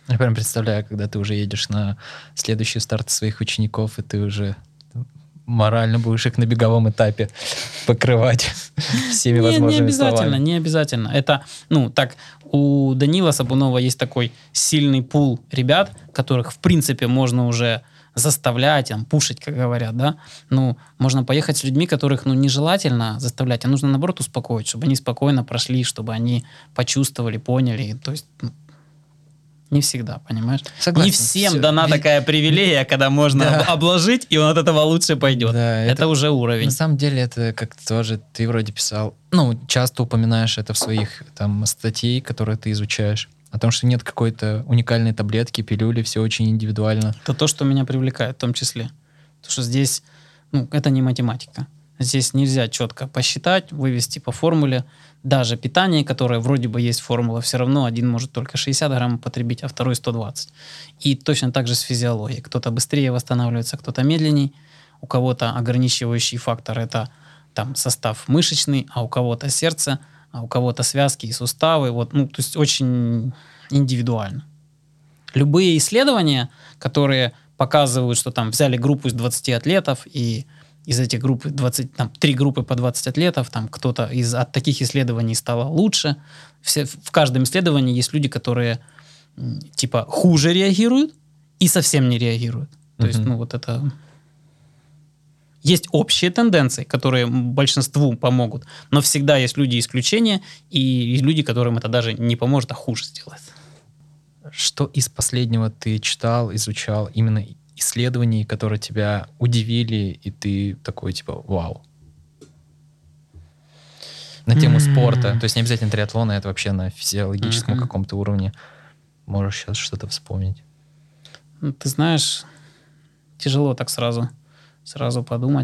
Я прям представляю, когда ты уже едешь на следующий старт своих учеников, и ты уже морально будешь их на беговом этапе покрывать всеми возможными словами. Не обязательно. Это, так, у Данила Сапунова есть такой сильный пул ребят, которых, в принципе, можно уже заставлять, пушить, как говорят, да. Можно поехать с людьми, которых, нежелательно заставлять, а нужно, наоборот, успокоить, чтобы они спокойно прошли, чтобы они почувствовали, поняли. То есть, не всегда, понимаешь? Согласен. Не всем дана такая привилегия, когда можно обложить, и он от этого лучше пойдет. Да, это уже уровень. На самом деле, это как-то тоже ты вроде писал, часто упоминаешь это в своих там статьях, которые ты изучаешь, о том, что нет какой-то уникальной таблетки, пилюли, все очень индивидуально. Это то, что меня привлекает в том числе. Потому что здесь, это не математика. Здесь нельзя четко посчитать, вывести по формуле. Даже питание, которое вроде бы есть формула, все равно один может только 60 грамм потребить, а второй 120. И точно так же с физиологией. Кто-то быстрее восстанавливается, кто-то медленней. У кого-то ограничивающий фактор — это там состав мышечный, а у кого-то сердце, а у кого-то связки и суставы. То есть очень индивидуально. Любые исследования, которые показывают, что там взяли группу из 20 атлетов, и из этих групп 3 группы по 20 атлетов, там кто-то от таких исследований стало лучше. В каждом исследовании есть люди, которые типа хуже реагируют и совсем не реагируют. То есть, это... Есть общие тенденции, которые большинству помогут, но всегда есть люди-исключения и люди, которым это даже не поможет, а хуже сделает. Что из последнего ты читал, изучал, именно исследований, которые тебя удивили, и ты такой, типа, вау? На тему спорта. То есть не обязательно триатлона, это вообще на физиологическом каком-то уровне. Можешь сейчас что-то вспомнить. Ты знаешь, тяжело так сразу подумать.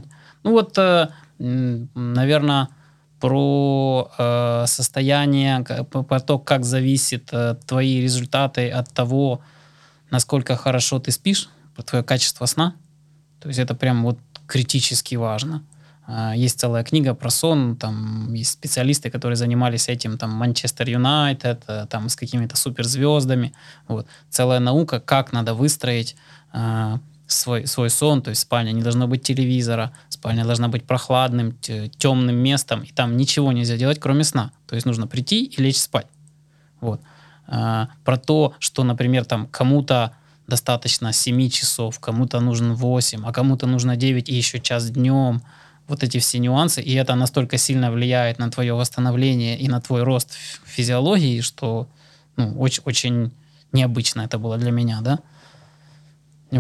Наверное, про состояние, про то, как зависит твои результаты от того, насколько хорошо ты спишь, про твое качество сна. То есть это прям критически важно. Есть целая книга про сон, там есть специалисты, которые занимались этим, там Манчестер Юнайтед, там с какими-то суперзвездами. Целая наука, как надо выстроить свой сон, то есть спальня не должно быть телевизора, спальня должна быть прохладным, темным местом, и там ничего нельзя делать, кроме сна. То есть нужно прийти и лечь спать. Про то, что, например, там кому-то достаточно 7 часов, кому-то нужен 8, а кому-то нужно 9 и еще час днем. Эти все нюансы, и это настолько сильно влияет на твое восстановление и на твой рост в физиологии, что очень, очень необычно это было для меня, да? У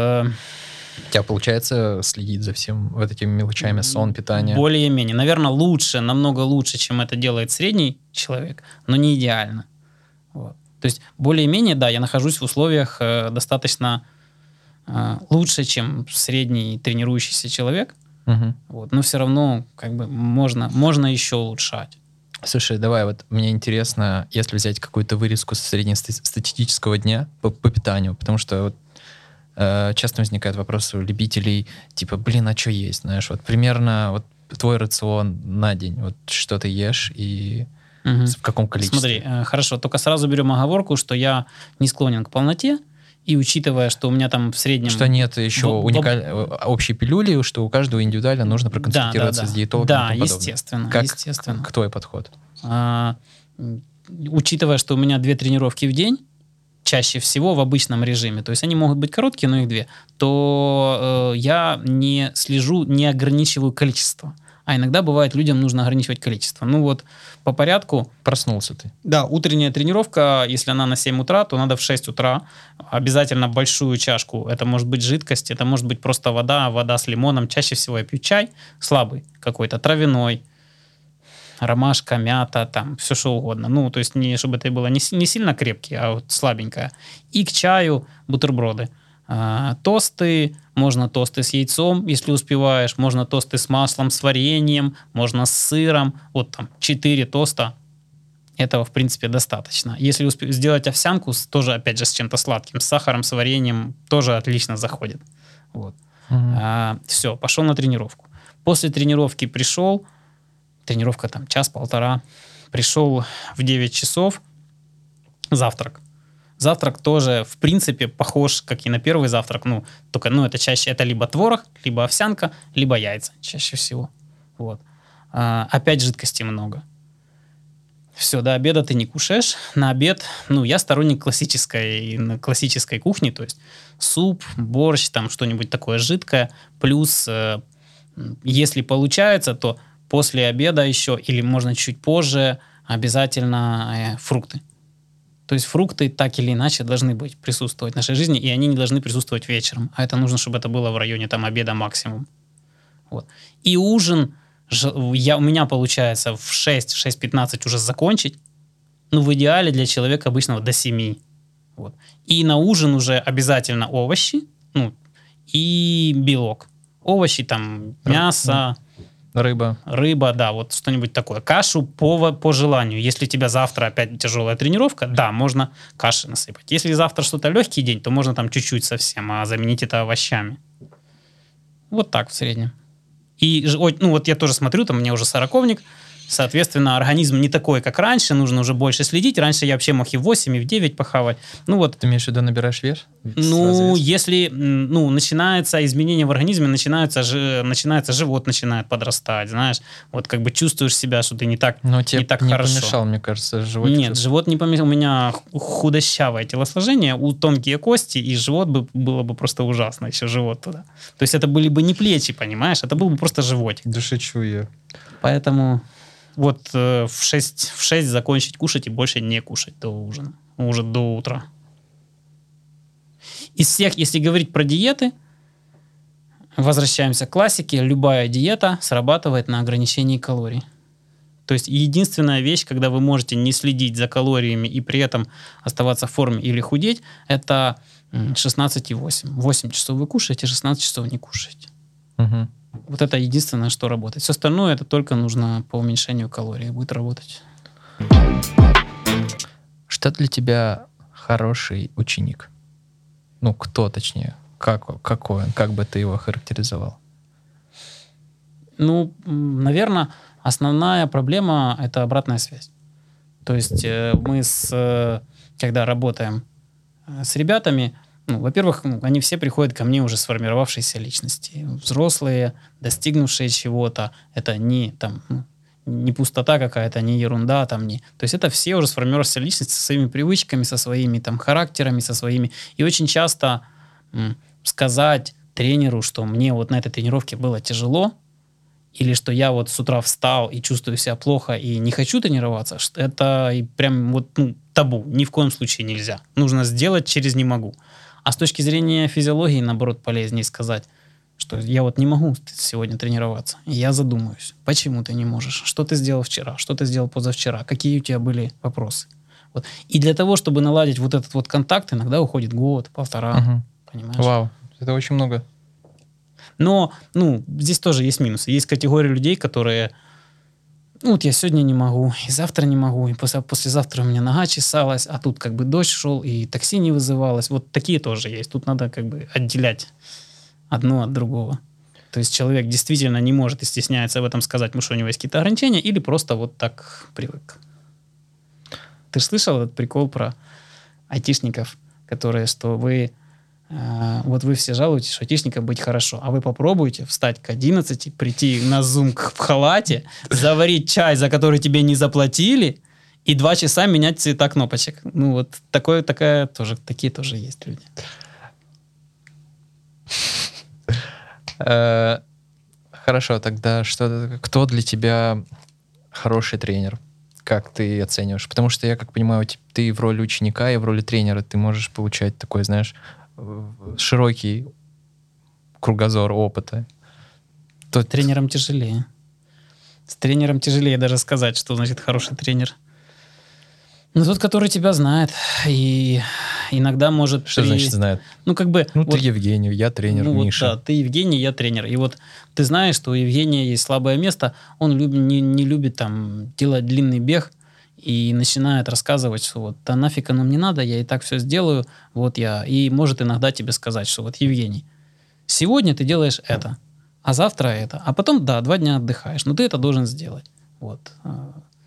тебя получается следить за всем этими мелочами, сон, питание? Более-менее. Наверное, намного лучше, чем это делает средний человек, но не идеально. То есть более-менее, да, я нахожусь в условиях достаточно лучше, чем средний тренирующийся человек, но все равно можно еще улучшать. Слушай, давай, мне интересно, если взять какую-то вырезку со среднестатистического дня по питанию, потому что часто возникает вопрос у любителей, типа, а что есть, знаешь, примерно твой рацион на день, что ты ешь и в каком количестве. Смотри, хорошо, только сразу берем оговорку, что я не склонен к полноте, и учитывая, что у меня там в среднем... Что нет еще общей пилюли, что у каждого индивидуально нужно проконсультироваться с диетологом. Да, естественно. Как твой подход? Учитывая, что у меня 2 тренировки в день, чаще всего в обычном режиме, то есть они могут быть короткие, но их 2, то я не слежу, не ограничиваю количество. А иногда бывает, людям нужно ограничивать количество. По порядку. Проснулся ты. Да, утренняя тренировка, если она на 7 утра, то надо в 6 утра. Обязательно большую чашку. Это может быть жидкость, это может быть просто вода с лимоном. Чаще всего я пью чай слабый какой-то, травяной, ромашка, мята, там, все что угодно. То есть, чтобы это было не сильно крепкий, а слабенькое. И к чаю бутерброды. Тосты, можно тосты с яйцом, если успеваешь, можно тосты с маслом, с вареньем, можно с сыром. 4 тоста, этого, в принципе, достаточно. Если сделать овсянку, тоже, опять же, с чем-то сладким, с сахаром, с вареньем, тоже отлично заходит. Все, пошел на тренировку. После тренировки пришел, тренировка час-полтора, пришел в 9 часов, завтрак. Завтрак тоже, в принципе, похож, как и на первый завтрак. Только, это чаще, это либо творог, либо овсянка, либо яйца, чаще всего. Вот. Опять жидкости много. Все, до обеда ты не кушаешь. На обед, я сторонник классической кухни, то есть суп, борщ, там что-нибудь такое жидкое. Плюс, если получается, то после обеда еще, или можно чуть позже, обязательно фрукты. То есть фрукты так или иначе должны присутствовать в нашей жизни, и они не должны присутствовать вечером. А это нужно, чтобы это было в районе обеда максимум. Вот. И ужин у меня получается в 6-6:15 уже закончить. В идеале для человека обычного до 7. Вот. И на ужин уже обязательно овощи, и белок. Овощи, мясо, рыба, да, вот что-нибудь такое. Кашу по желанию. Если у тебя завтра опять тяжелая тренировка, да, можно каши насыпать. Если завтра что-то легкий день, то можно чуть-чуть совсем, а заменить это овощами. Вот так в среднем. И я тоже смотрю, у меня уже 40-ник, соответственно, организм не такой, как раньше, нужно уже больше следить. Раньше я вообще мог и в 8, и в 9 похавать. Ты имеешь в виду, набираешь вес? Если начинается изменение в организме, начинается живот начинает подрастать, знаешь, вот чувствуешь себя, что ты не так хорошо. Но тебе не помешал, мне кажется, живот. Нет, живот не помешал. У меня худощавое телосложение, тонкие кости, и живот было бы просто ужасно, еще живот туда. То есть это были бы не плечи, понимаешь, это был бы просто животик. Да шучу я. Поэтому в 6 закончить кушать и больше не кушать до ужина, уже до утра. Из всех, если говорить про диеты, возвращаемся к классике, любая диета срабатывает на ограничении калорий. То есть единственная вещь, когда вы можете не следить за калориями и при этом оставаться в форме или худеть, это 16,8. 8 часов вы кушаете, 16 часов не кушаете. Угу. Вот это единственное, что работает. Все остальное это только нужно по уменьшению калорий будет работать. Что для тебя хороший ученик? Кто точнее? Какой он? Как бы ты его характеризовал? Наверное, основная проблема — это обратная связь. То есть мы, когда работаем с ребятами, во-первых, они все приходят ко мне уже сформировавшиеся личности. Взрослые, достигнувшие чего-то. Это не пустота какая-то, не ерунда. То есть это все уже сформировавшиеся личности со своими привычками, со своими характерами, со своими... И очень часто сказать тренеру, что мне на этой тренировке было тяжело, или что я с утра встал и чувствую себя плохо и не хочу тренироваться, это и прям табу. Ни в коем случае нельзя. Нужно сделать через «не могу». А с точки зрения физиологии, наоборот, полезнее сказать, что я не могу сегодня тренироваться. И я задумаюсь, почему ты не можешь? Что ты сделал вчера? Что ты сделал позавчера? Какие у тебя были вопросы? И для того, чтобы наладить этот контакт, иногда уходит год, 1,5. Угу. Понимаешь? Вау, это очень много. Но, здесь тоже есть минусы. Есть категория людей, которые... я сегодня не могу, и завтра не могу, и послезавтра у меня нога чесалась, а тут дождь шел, и такси не вызывалось. Вот такие тоже есть. Тут надо отделять одно от другого. То есть человек действительно не может и стесняется об этом сказать, потому что у него есть какие-то ограничения, или просто так привык. Ты же слышал этот прикол про айтишников, которые, что вы все жалуетесь, что айтишникам быть хорошо, а вы попробуйте встать к 11, прийти на Zoom в халате, заварить чай, за который тебе не заплатили, и 2 часа менять цвета кнопочек. Такие тоже есть люди. Хорошо, тогда кто для тебя хороший тренер? Как ты оцениваешь? Потому что я, как понимаю, ты в роли ученика и в роли тренера ты можешь получать такой, знаешь, широкий кругозор опыта. Тренерам тяжелее. С тренером тяжелее даже сказать, что значит хороший тренер. Тот, который тебя знает, и иногда может... Что значит знает? Ты Евгений, я тренер, Миша. Да, ты Евгений, я тренер. И ты знаешь, что у Евгения есть слабое место, он не любит делать длинный бег, и начинает рассказывать, что да нафиг оно мне надо, я и так все сделаю, и может иногда тебе сказать, что Евгений, сегодня ты делаешь это, а завтра это, а потом, 2 дня отдыхаешь, но ты это должен сделать.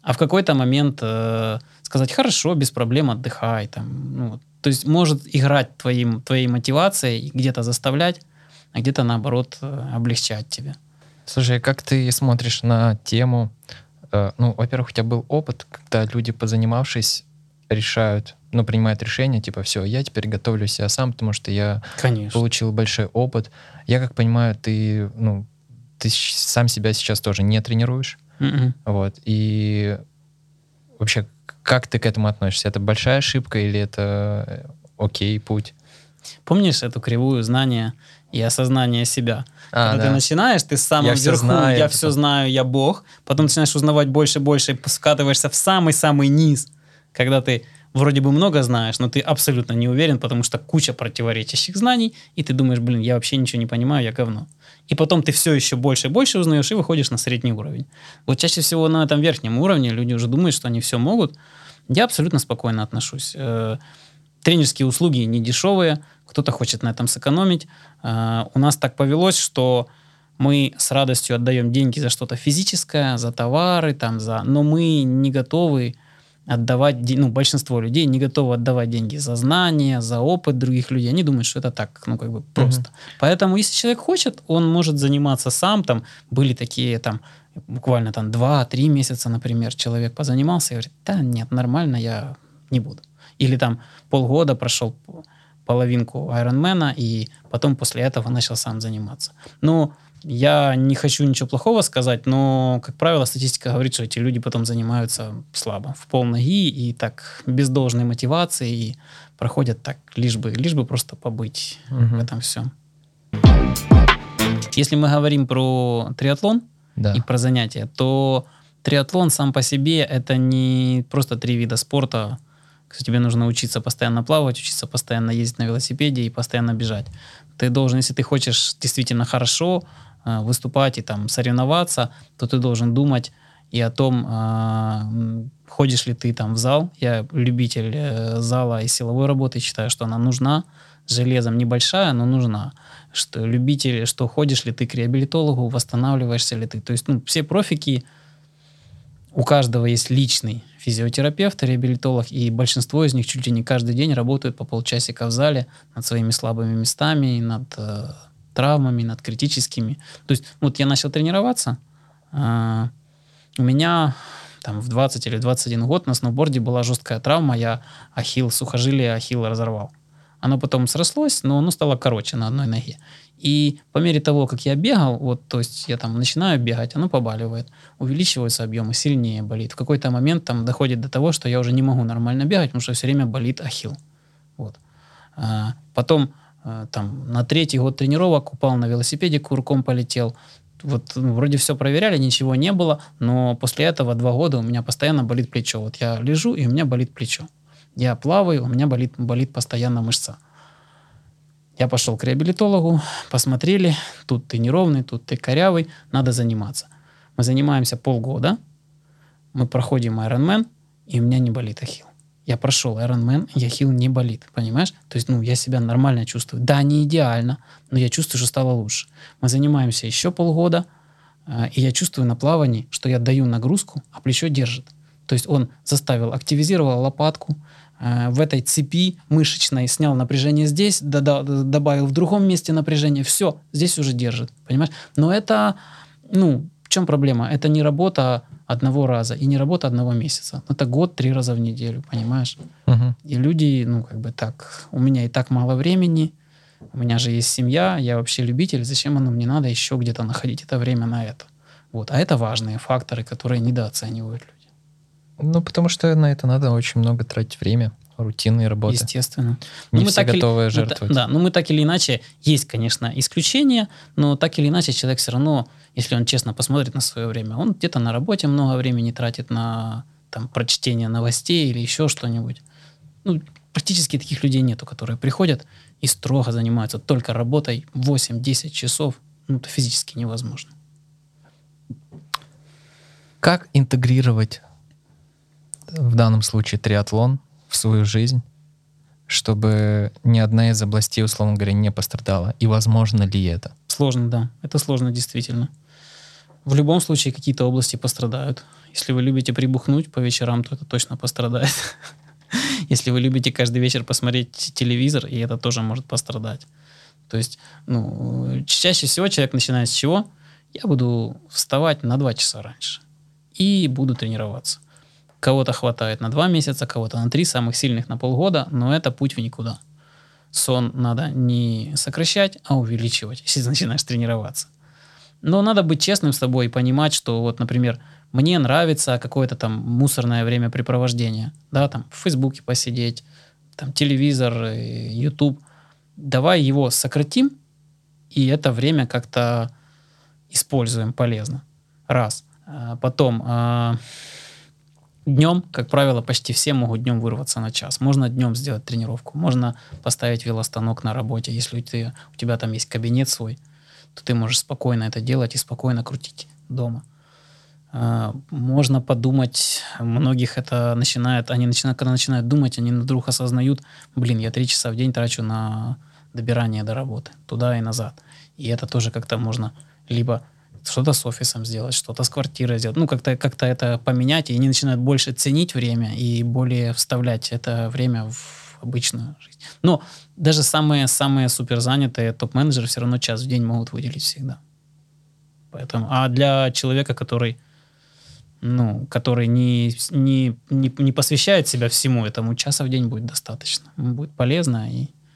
А в какой-то момент сказать, хорошо, без проблем, отдыхай. Там, ну, вот. То есть может играть твоей мотивацией, где-то заставлять, а где-то, наоборот, облегчать тебя. Слушай, как ты смотришь на тему? Ну, во-первых, у тебя был опыт, когда люди, позанимавшись, решают, ну, принимают решение, типа, все, я теперь готовлю себя сам, потому что я получил большой опыт. Я как понимаю, ты сам себя сейчас тоже не тренируешь. Вот. И вообще, как ты к этому относишься? Это большая ошибка или это окей путь? Помнишь эту кривую знания и осознания себя? Когда ты начинаешь, ты с самого верху, я все знаю, я Бог, потом начинаешь узнавать больше и больше, и скатываешься в самый-самый низ, когда ты вроде бы много знаешь, но ты абсолютно не уверен, потому что куча противоречащих знаний, и ты думаешь, блин, я вообще ничего не понимаю, я говно. И потом ты все еще больше и больше узнаешь, и выходишь на средний уровень. Вот чаще всего на этом верхнем уровне люди уже думают, что они все могут. Я абсолютно спокойно отношусь. Тренерские услуги не дешевые, кто-то хочет на этом сэкономить. У нас так повелось, что мы с радостью отдаем деньги за что-то физическое, за товары, там, но мы не готовы отдавать, ну, большинство людей не готовы отдавать деньги за знания, за опыт других людей. Они думают, что это так, ну, как бы просто. Поэтому, если человек хочет, он может заниматься сам. Там были такие, там, буквально там 2-3 месяца, например, человек позанимался и говорит, да нет, нормально, я не буду. Или там полгода прошел половинку Ironman, и потом после этого начал сам заниматься. Ну, я не хочу ничего плохого сказать, но, как правило, статистика говорит, что эти люди потом занимаются слабо, в полноги и так без должной мотивации, и проходят так, лишь бы просто побыть в этом всем. Если мы говорим про триатлон и про занятия, то триатлон сам по себе это не просто 3 вида спорта. Тебе нужно учиться постоянно плавать, учиться постоянно ездить на велосипеде и постоянно бежать. Ты должен, если ты хочешь действительно хорошо выступать и там соревноваться, то ты должен думать и о том, ходишь ли ты там в зал. Я любитель зала и силовой работы, считаю, что она нужна. Железом небольшая, но нужна. Что ходишь ли ты к реабилитологу, восстанавливаешься ли ты. То есть, ну, все профики, у каждого есть личный физиотерапевт, реабилитолог, и большинство из них чуть ли не каждый день работают по полчасика в зале над своими слабыми местами, над травмами, над критическими. То есть вот я начал тренироваться, у меня там в 20 или 21 год на сноуборде была жесткая травма, я сухожилие ахилла разорвал. Оно потом срослось, но оно стало короче на одной ноге. И по мере того, как я бегал, вот, то есть я там начинаю бегать, оно побаливает, увеличиваются объемы, сильнее болит. В какой-то момент там доходит до того, что я уже не могу нормально бегать, потому что все время болит ахилл. Вот. Потом там на 3-й год тренировок упал на велосипеде, кувырком полетел. Вот, ну, вроде все проверяли, ничего не было, но после этого 2 года у меня постоянно болит плечо. Вот я лежу, и у меня болит плечо. Я плаваю, у меня болит постоянно мышца. Я пошел к реабилитологу, посмотрели, тут ты неровный, тут ты корявый, надо заниматься. Мы занимаемся полгода, мы проходим Ironman, и у меня не болит ахилл. Я прошел Ironman, и ахилл не болит, понимаешь? То есть, ну, я себя нормально чувствую. Да, не идеально, но я чувствую, что стало лучше. Мы занимаемся еще полгода, и я чувствую на плавании, что я даю нагрузку, а плечо держит. То есть он активизировал лопатку, в этой цепи мышечной снял напряжение здесь, добавил в другом месте напряжение, все, здесь уже держит, понимаешь? Но это, ну, в чем проблема? Это не работа одного раза и не работа одного месяца. Это год 3 раза в неделю, понимаешь? И люди, ну, как бы так, у меня и так мало времени, у меня же есть семья, я вообще любитель, зачем оно мне надо еще где-то находить это время на это? Вот. А это важные факторы, которые недооценивают люди. Ну, потому что на это надо очень много тратить время, рутинной работы. Естественно. Не все готовы жертвовать. Да, но мы так или иначе, есть, конечно, исключения, но так или иначе человек все равно, если он честно посмотрит на свое время, он где-то на работе много времени тратит на там, прочтение новостей или еще что-нибудь. Ну, практически таких людей нету, которые приходят и строго занимаются только работой 8-10 часов. Ну, это физически невозможно. Как интегрировать в данном случае триатлон в свою жизнь, чтобы ни одна из областей, условно говоря, не пострадала? И возможно ли это? Сложно, да. Это сложно действительно. В любом случае какие-то области пострадают. Если вы любите прибухнуть по вечерам, то это точно пострадает. Если вы любите каждый вечер посмотреть телевизор, и это тоже может пострадать. То есть, чаще всего человек начинает с чего? Я буду вставать на 2 часа раньше и буду тренироваться. Кого-то хватает на 2 месяца, кого-то на 3, самых сильных на полгода, но это путь в никуда. Сон надо не сокращать, а увеличивать, если начинаешь тренироваться. Но надо быть честным с собой и понимать, что вот, например, мне нравится какое-то там мусорное времяпрепровождение, да, там в Фейсбуке посидеть, там телевизор, YouTube. Давай его сократим, и это время как-то используем полезно. Раз. Потом днем, как правило, почти все могут днем вырваться на час. Можно днем сделать тренировку, можно поставить велостанок на работе. Если у тебя там есть кабинет свой, то ты можешь спокойно это делать и спокойно крутить дома. Можно подумать, многих это начинает, когда начинают думать, они вдруг осознают, я 3 часа в день трачу на добирание до работы, туда и назад. И это тоже как-то можно либо что-то с офисом сделать, что-то с квартирой сделать, как-то это поменять, и они начинают больше ценить время и более вставлять это время в обычную жизнь. Но даже самые суперзанятые топ-менеджеры все равно час в день могут выделить всегда. Поэтому, а для человека, который не посвящает себя всему этому, часа в день будет достаточно. Будет полезно,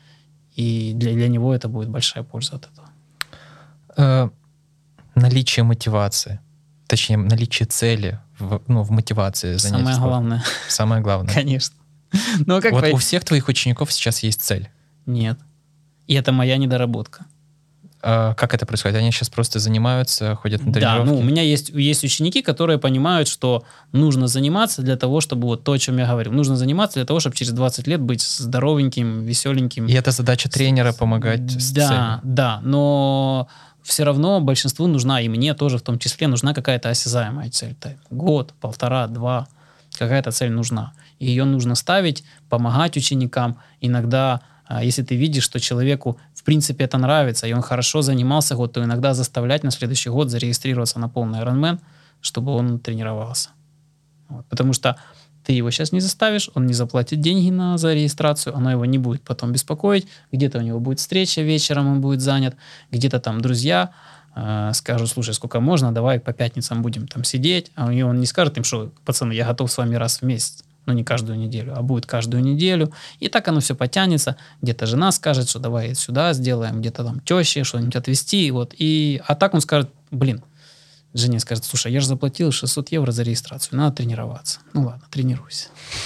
и для него это будет большая польза от этого. Наличие мотивации, точнее, наличие цели в мотивации занятий. Самое главное. Самое главное. Конечно. У всех твоих учеников сейчас есть цель? Нет. И это моя недоработка. Как это происходит? Они сейчас просто занимаются, ходят на тренировки? Да, у меня есть ученики, которые понимают, что нужно заниматься для того, чтобы вот то, о чем я говорил, нужно заниматься для того, чтобы через 20 лет быть здоровеньким, веселеньким. И это задача тренера помогать с целью. Да, но все равно большинству нужна, и мне тоже в том числе, нужна какая-то осязаемая цель. Год, 1,5, 2, какая-то цель нужна. И ее нужно ставить, помогать ученикам. Иногда, если ты видишь, что человеку в принципе это нравится, и он хорошо занимался год, то иногда заставлять на следующий год зарегистрироваться на полный Ironman, чтобы он тренировался. Потому что ты его сейчас не заставишь, он не заплатит деньги за регистрацию, оно его не будет потом беспокоить, где-то у него будет встреча вечером, он будет занят, где-то там друзья скажут, слушай, сколько можно, давай по пятницам будем там сидеть, а он не скажет им, что, пацаны, я готов с вами раз в месяц, но не каждую неделю, а будет каждую неделю, и так оно все потянется, где-то жена скажет, что давай сюда сделаем, где-то там теща что-нибудь отвезти, а так он скажет, жене скажет, слушай, я же заплатил 600 евро за регистрацию, надо тренироваться. Ладно, тренируйся.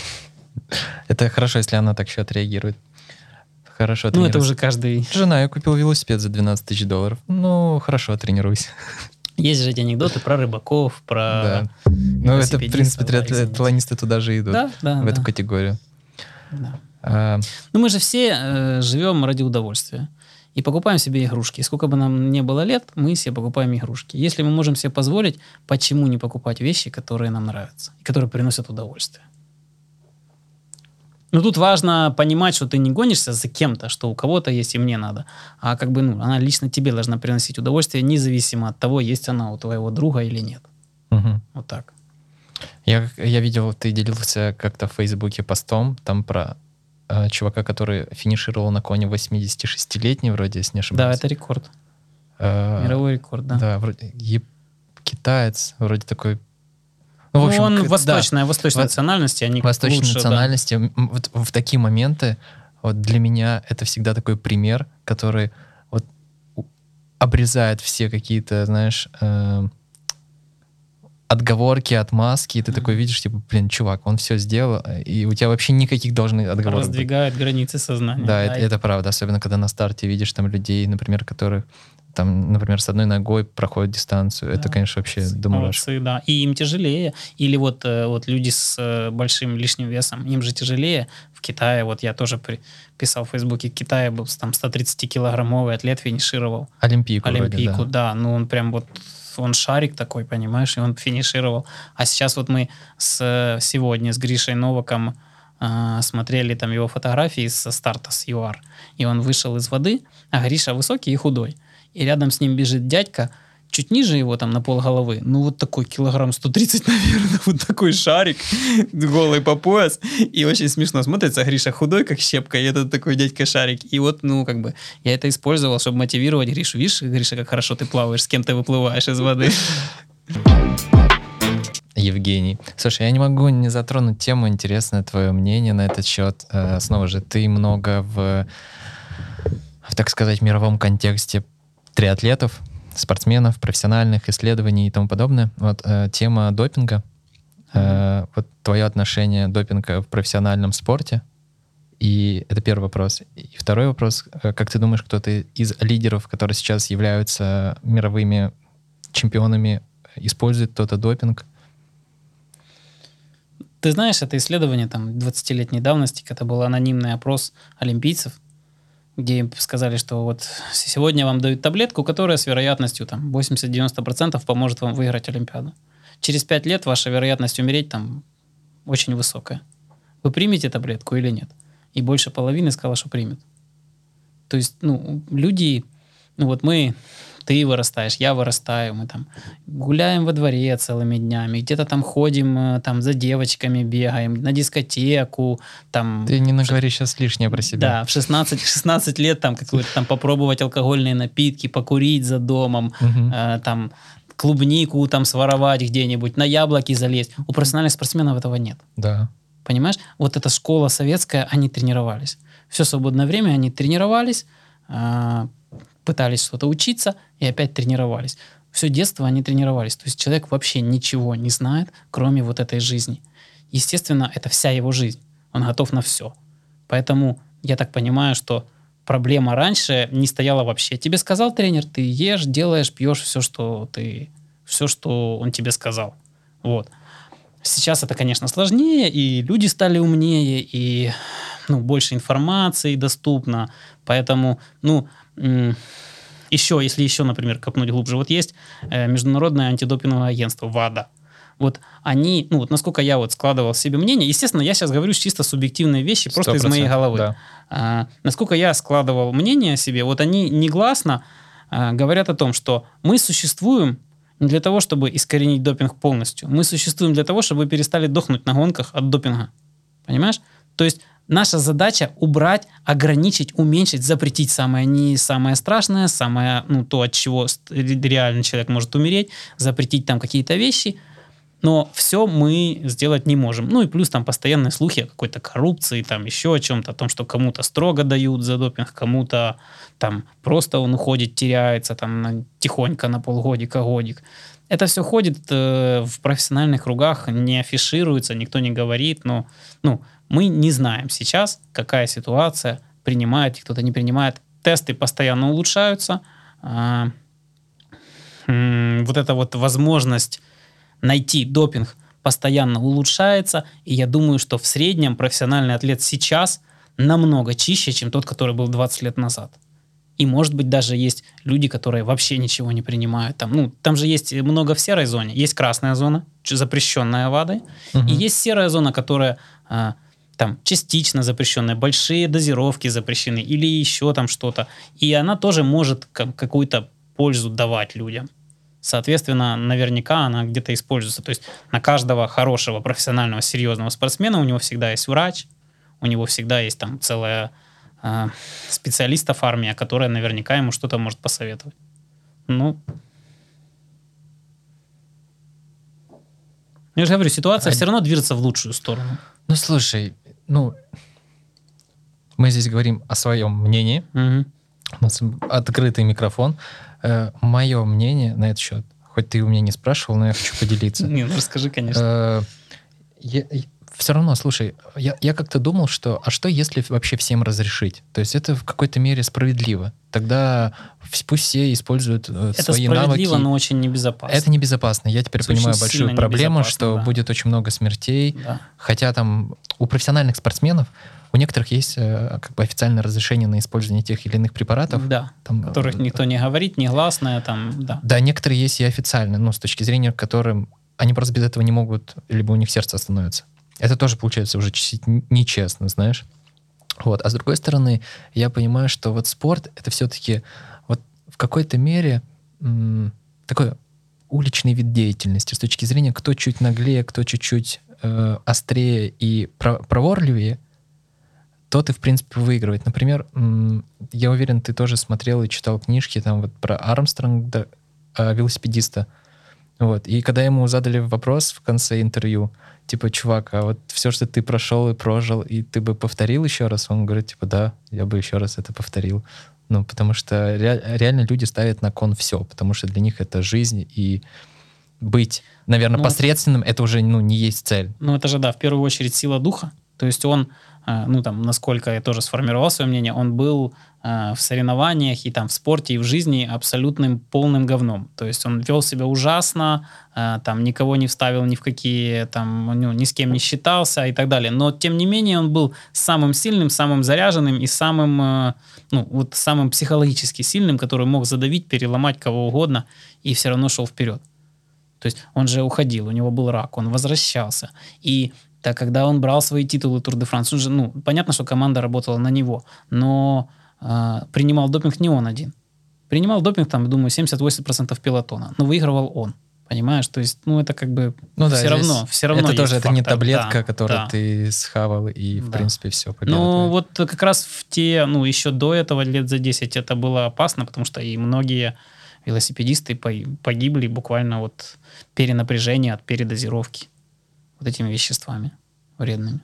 Это хорошо, если она так еще отреагирует. Хорошо это уже каждый... Жена, я купил велосипед за $12 000. Хорошо, тренируйся. Есть же эти анекдоты про рыбаков, про... Да. Это, в принципе, триатлонисты туда же идут. В эту категорию. Да. Мы же все живем ради удовольствия. И покупаем себе игрушки. И сколько бы нам не было лет, мы себе покупаем игрушки. Если мы можем себе позволить, почему не покупать вещи, которые нам нравятся, и которые приносят удовольствие? Но тут важно понимать, что ты не гонишься за кем-то, что у кого-то есть и мне надо. А она лично тебе должна приносить удовольствие, независимо от того, есть она у твоего друга или нет. Угу. Вот так. Я видел, ты делился как-то в Фейсбуке постом там про чувака, который финишировал на коне 86-летний, вроде, если не ошибаюсь. Да, это рекорд. Мировой рекорд, да. Да, вроде китаец, вроде такой... он восточной национальности, они восточной лучше, национальности. Да. Вот в такие моменты для меня это всегда такой пример, который обрезает все какие-то, знаешь... отговорки, отмазки, и ты такой видишь, чувак, он все сделал, и у тебя вообще никаких должных отговорок. Раздвигает границы сознания. Да, это правда, особенно когда на старте видишь там людей, например, которые там, например, с одной ногой проходят дистанцию. Да. Это, конечно, вообще до мурашек. Молодцы, да. И им тяжелее. Или вот люди с большим лишним весом, им же тяжелее. В Китае, я тоже писал в Фейсбуке, в Китае был там 130-килограммовый атлет, финишировал. Олимпийку вроде, да. Он прям он шарик такой, понимаешь, и он финишировал. А сейчас мы сегодня с Гришей Новаком смотрели там его фотографии со старта, с ЮАР. И он вышел из воды, а Гриша высокий и худой. И рядом с ним бежит дядька, чуть ниже его, там, на полголовы, ну, вот такой килограмм 130, наверное, вот такой шарик, голый по пояс, и очень смешно смотрится. Гриша худой, как щепка, и этот такой дядька шарик. И вот, ну, как бы, я это использовал, чтобы мотивировать Гришу. Видишь, Гриша, как хорошо ты плаваешь, с кем ты выплываешь из воды. Евгений. Слушай, я не могу не затронуть тему, интересное твое мнение на этот счет. Снова же, ты много в, так сказать, мировом контексте триатлетов, спортсменов, профессиональных исследований и тому подобное. Вот тема допинга. Вот твое отношение допинга в профессиональном спорте. И это первый вопрос. И второй вопрос. Как ты думаешь, кто-то из лидеров, которые сейчас являются мировыми чемпионами, использует кто-то допинг? Ты знаешь, это исследование там 20-летней давности, когда был анонимный опрос олимпийцев, где им сказали, что вот сегодня вам дают таблетку, которая с вероятностью там 80-90% поможет вам выиграть Олимпиаду. Через 5 лет ваша вероятность умереть там очень высокая. Вы примете таблетку или нет? И больше половины сказала, что примет. То есть, ну, люди, ну вот ты вырастаешь, я вырастаю, мы там гуляем во дворе целыми днями, где-то там ходим, там за девочками бегаем, на дискотеку, там... Ты не наговори сейчас лишнее про себя. Да, в 16 лет там какой-то там попробовать алкогольные напитки, покурить за домом, там клубнику там своровать где-нибудь, на яблоки залезть. У профессиональных спортсменов этого нет. Да. Понимаешь? Вот эта школа советская, они тренировались. Все свободное время они тренировались, пытались что-то учиться и опять тренировались. Все детство они тренировались. То есть человек вообще ничего не знает, кроме вот этой жизни. Естественно, это вся его жизнь. Он готов на все. Поэтому я так понимаю, что проблема раньше не стояла вообще. Тебе сказал тренер, ты ешь, делаешь, пьешь все, что он тебе сказал. Вот. Сейчас это, конечно, сложнее, и люди стали умнее, и больше информации доступно. Поэтому, если еще, например, копнуть глубже, вот есть Международное антидопинговое агентство, ВАДА. Вот они, насколько я складывал себе мнение, естественно, я сейчас говорю чисто субъективные вещи, просто из моей головы. Да. Насколько я складывал мнение о себе, вот они негласно говорят о том, что мы существуем не для того, чтобы искоренить допинг полностью. Мы существуем для того, чтобы перестали дохнуть на гонках от допинга. Понимаешь? То есть наша задача убрать, ограничить, уменьшить, запретить не самое страшное, самое, то, от чего реально человек может умереть, запретить там какие-то вещи, но все мы сделать не можем. Ну и плюс там постоянные слухи о какой-то коррупции, там еще о чем-то, о том, что кому-то строго дают за допинг, кому-то там просто он уходит, теряется там тихонько на полгодика, годик. Это все ходит в профессиональных кругах, не афишируется, никто не говорит, но мы не знаем сейчас, какая ситуация, принимает, кто-то не принимает. Тесты постоянно улучшаются. Вот эта вот возможность найти допинг постоянно улучшается, и я думаю, что в среднем профессиональный атлет сейчас намного чище, чем тот, который был 20 лет назад. И, может быть, даже есть люди, которые вообще ничего не принимают. Там же есть много в серой зоне. Есть красная зона, запрещенная ВАДой, и есть серая зона, которая там частично запрещенная, большие дозировки запрещены или еще там что-то. И она тоже может какую-то пользу давать людям. Соответственно, наверняка она где-то используется. То есть на каждого хорошего, профессионального, серьезного спортсмена у него всегда есть врач, у него всегда есть там целая специалистов армия, которая наверняка ему что-то может посоветовать. Я же говорю, ситуация все равно движется в лучшую сторону. Слушай, мы здесь говорим о своем мнении. Угу. У нас открытый микрофон. Мое мнение на этот счет, хоть ты у меня не спрашивал, но я хочу поделиться. Расскажи, конечно. Все равно, слушай, я как-то думал, что если вообще всем разрешить? То есть это в какой-то мере справедливо. Тогда пусть все используют свои навыки. Это справедливо, но очень небезопасно. Это небезопасно. Я теперь понимаю большую проблему, что будет очень много смертей. Да. Хотя там у профессиональных спортсменов у некоторых есть официальное разрешение на использование тех или иных препаратов. Да, которых никто не говорит, негласное там, да. Да, некоторые есть и официальные, с точки зрения, которым они просто без этого не могут, либо у них сердце остановится. Это тоже получается уже нечестно, знаешь. Вот. А с другой стороны, я понимаю, что вот спорт — это все-таки вот в какой-то мере такой уличный вид деятельности с точки зрения, кто чуть наглее, кто чуть-чуть острее и проворливее, тот и, в принципе, выигрывает. Например, я уверен, ты тоже смотрел и читал книжки там вот про Армстронга, велосипедиста. Вот. И когда ему задали вопрос в конце интервью, типа, чувак, а вот все, что ты прошел и прожил, и ты бы повторил еще раз? Он говорит, типа, да, я бы еще раз это повторил. Ну, потому что реально люди ставят на кон все, потому что для них это жизнь, и быть, наверное, посредственным, это уже, не есть цель. Ну, это же, да, в первую очередь сила духа. То есть он, насколько я тоже сформировал свое мнение, он был в соревнованиях и там в спорте, и в жизни абсолютным полным говном. То есть он вел себя ужасно, там никого не вставил ни в какие, там, ни с кем не считался и так далее. Но, тем не менее, он был самым сильным, самым заряженным и самым, самым психологически сильным, который мог задавить, переломать кого угодно, и все равно шел вперед. То есть он же уходил, у него был рак, он возвращался. И так, когда он брал свои титулы Тур де Франс, он же, понятно, что команда работала на него, но принимал допинг не он один. Принимал допинг, там, думаю, 70-80% пелотона, но выигрывал он. Понимаешь? То есть, это как бы все равно это тоже это не таблетка, которую ты схавал, и, в принципе, все. Ну, вот как раз в те, еще до этого, лет за 10, это было опасно, потому что и многие велосипедисты погибли буквально от перенапряжения, от передозировки вот этими веществами вредными.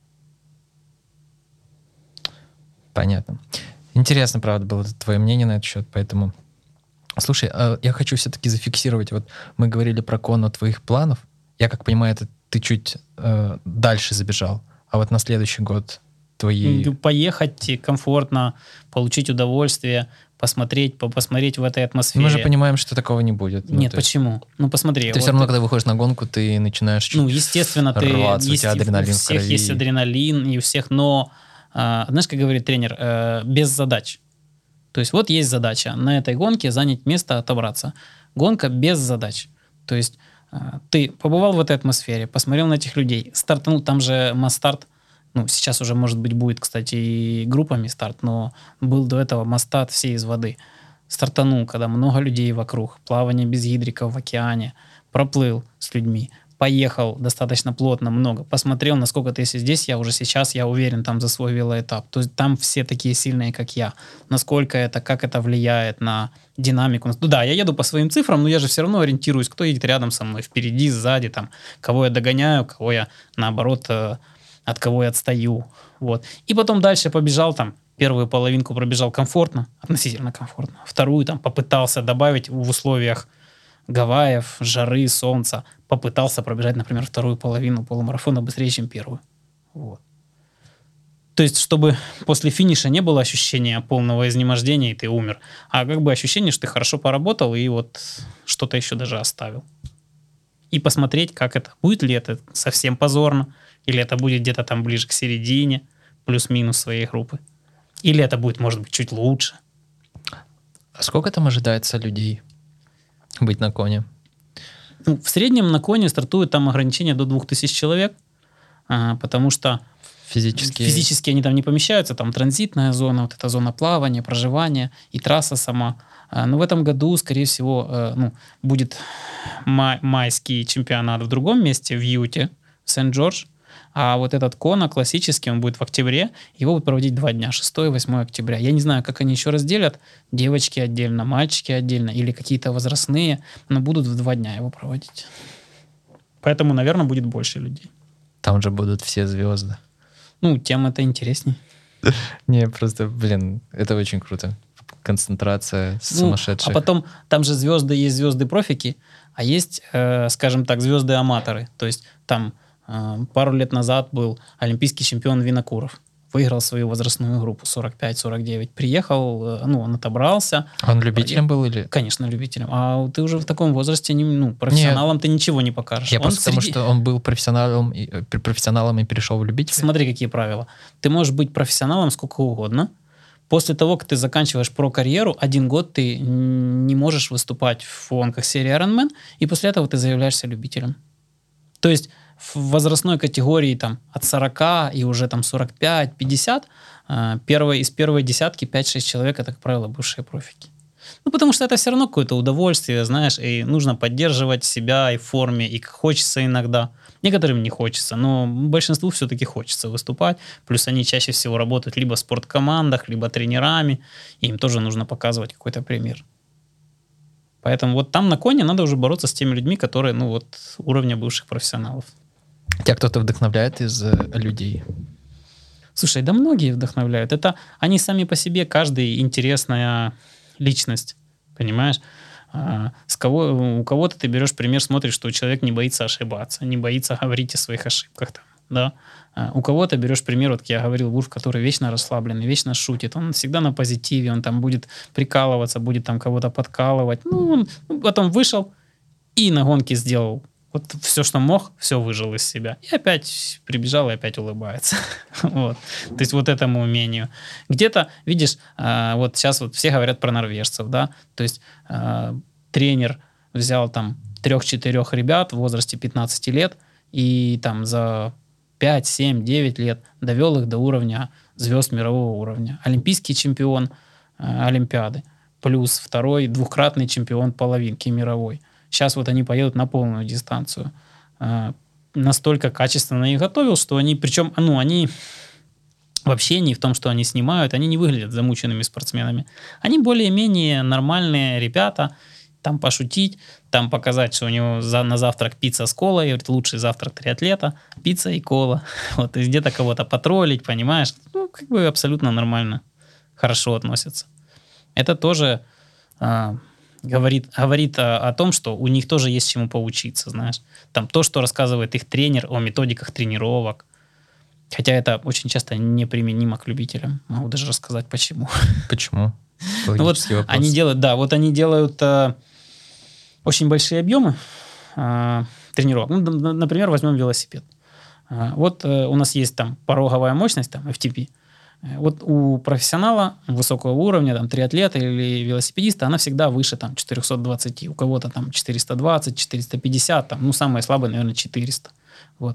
Понятно. Интересно, правда, было твое мнение на этот счет, поэтому... Слушай, я хочу все-таки зафиксировать, вот мы говорили про кон твоих планов, я как понимаю, это ты чуть дальше забежал, а вот на следующий год твои... Поехать комфортно, получить удовольствие, посмотреть в этой атмосфере. Мы же понимаем, что такого не будет. Нет, почему? Посмотри. Ты все равно, когда выходишь на гонку, ты начинаешь чуть естественно, рваться, у тебя адреналин в крови. У всех есть адреналин, и у всех, но, знаешь, как говорит тренер, без задач. То есть вот есть задача на этой гонке занять место, отобраться. Гонка без задач. То есть ты побывал в этой атмосфере, посмотрел на этих людей, стартанул, там же масс-старт, сейчас уже, может быть, будет, кстати, и группами старт, но был до этого масс-старт все из воды. Стартанул, когда много людей вокруг, плавание без гидриков в океане, проплыл с людьми, поехал достаточно плотно, много, посмотрел, насколько ты, если здесь, я уверен там за свой велоэтап. То есть там все такие сильные, как я. Как это влияет на динамику. Да, я еду по своим цифрам, но я же все равно ориентируюсь, кто едет рядом со мной, впереди, сзади, там, кого я догоняю, кого я, наоборот, от кого я отстаю. Вот. И потом дальше побежал, там, первую половинку пробежал комфортно, относительно комфортно. Вторую там попытался добавить в условиях Гавайев, жары, солнца, попытался пробежать, например, вторую половину полумарафона быстрее, чем первую. Вот. То есть, чтобы после финиша не было ощущения полного изнемождения, и ты умер, а как бы ощущение, что ты хорошо поработал и вот что-то еще даже оставил. И посмотреть, как это. Будет ли это совсем позорно, или это будет где-то там ближе к середине, плюс-минус своей группы. Или это будет, может быть, чуть лучше. А сколько там ожидается людей быть на коне? В среднем на коне стартует там ограничение до 2000 человек, потому что физически они там не помещаются, там транзитная зона, вот эта зона плавания, проживания и трасса сама. Но в этом году, скорее всего, будет майский чемпионат в другом месте, в Юте, в Сент-Джордж. А вот этот Кона классический, он будет в октябре. Его будут проводить 2 дня, 6 и 8 октября. Я не знаю, как они еще разделят. Девочки отдельно, мальчики отдельно или какие-то возрастные. Но будут в 2 дня его проводить. Поэтому, наверное, будет больше людей. Там же будут все звезды. Тем это интересней. Не, просто, это очень круто. Концентрация сумасшедшая. А потом, там же есть звезды-профики, а есть, скажем так, звезды-аматоры. То есть там пару лет назад был олимпийский чемпион Винокуров. Выиграл свою возрастную группу 45-49. Приехал, он отобрался. Он любителем был или? Конечно, любителем. А ты уже в таком возрасте, профессионалом ты ничего не покажешь. Я просто потому, что он был профессионалом и перешел в любителя. Смотри, какие правила. Ты можешь быть профессионалом сколько угодно. После того, как ты заканчиваешь про-карьеру, 1 год ты не можешь выступать в гонках серии Ironman, и после этого ты заявляешься любителем. То есть в возрастной категории там, от 40 и уже там 45-50 из первой десятки 5-6 человек — это, как правило, бывшие профики. Ну, потому что это все равно какое-то удовольствие, знаешь, и нужно поддерживать себя и в форме, и хочется иногда. Некоторым не хочется, но большинству все-таки хочется выступать. Плюс они чаще всего работают либо в спорткомандах, либо тренерами, и им тоже нужно показывать какой-то пример. Поэтому вот там на коне надо уже бороться с теми людьми, которые, ну вот, уровня бывших профессионалов. Тебя кто-то вдохновляет из людей? Слушай, да многие вдохновляют. Это они сами по себе, каждый интересная личность, понимаешь? У кого-то ты берешь пример, смотришь, что человек не боится ошибаться, не боится говорить о своих ошибках. Там, да? У кого-то берешь пример, вот я говорил, Вульф, который вечно расслабленный, вечно шутит, он всегда на позитиве, он там будет прикалываться, будет там кого-то подкалывать. Ну, он потом вышел и на гонке сделал вот все, что мог, все выжил из себя. И опять прибежал, и опять улыбается. Вот. То есть вот этому умению. Где-то, видишь, вот сейчас вот все говорят про норвежцев, да, то есть тренер взял там 3-4 ребят в возрасте 15 лет и там за 5, 7, 9 лет довел их до уровня звезд мирового уровня. Олимпийский чемпион Олимпиады, плюс второй двукратный чемпион половинки мировой. Сейчас вот они поедут на полную дистанцию. Настолько качественно их готовил, что они, причем, ну, они в общении, в том, что они снимают, они не выглядят замученными спортсменами. Они более-менее нормальные ребята, там пошутить, там показать, что у него на завтрак пицца с колой, говорит, лучший завтрак триатлета, пицца и кола. Вот, и где-то кого-то потроллить, понимаешь? Ну, как бы абсолютно нормально, хорошо относятся. Это тоже говорит о том, что у них тоже есть чему поучиться, знаешь. Там то, что рассказывает их тренер о методиках тренировок. Хотя это очень часто неприменимо к любителям. Могу даже рассказать, почему. Почему? Ну вот они делают очень большие объемы тренировок. Ну, например, возьмем велосипед. Вот у нас есть там пороговая мощность, там FTP. Вот у профессионала высокого уровня, там, триатлета или велосипедиста, она всегда выше там, 420. У кого-то там 420, 450, там, ну, самое слабое, наверное, 400. Вот.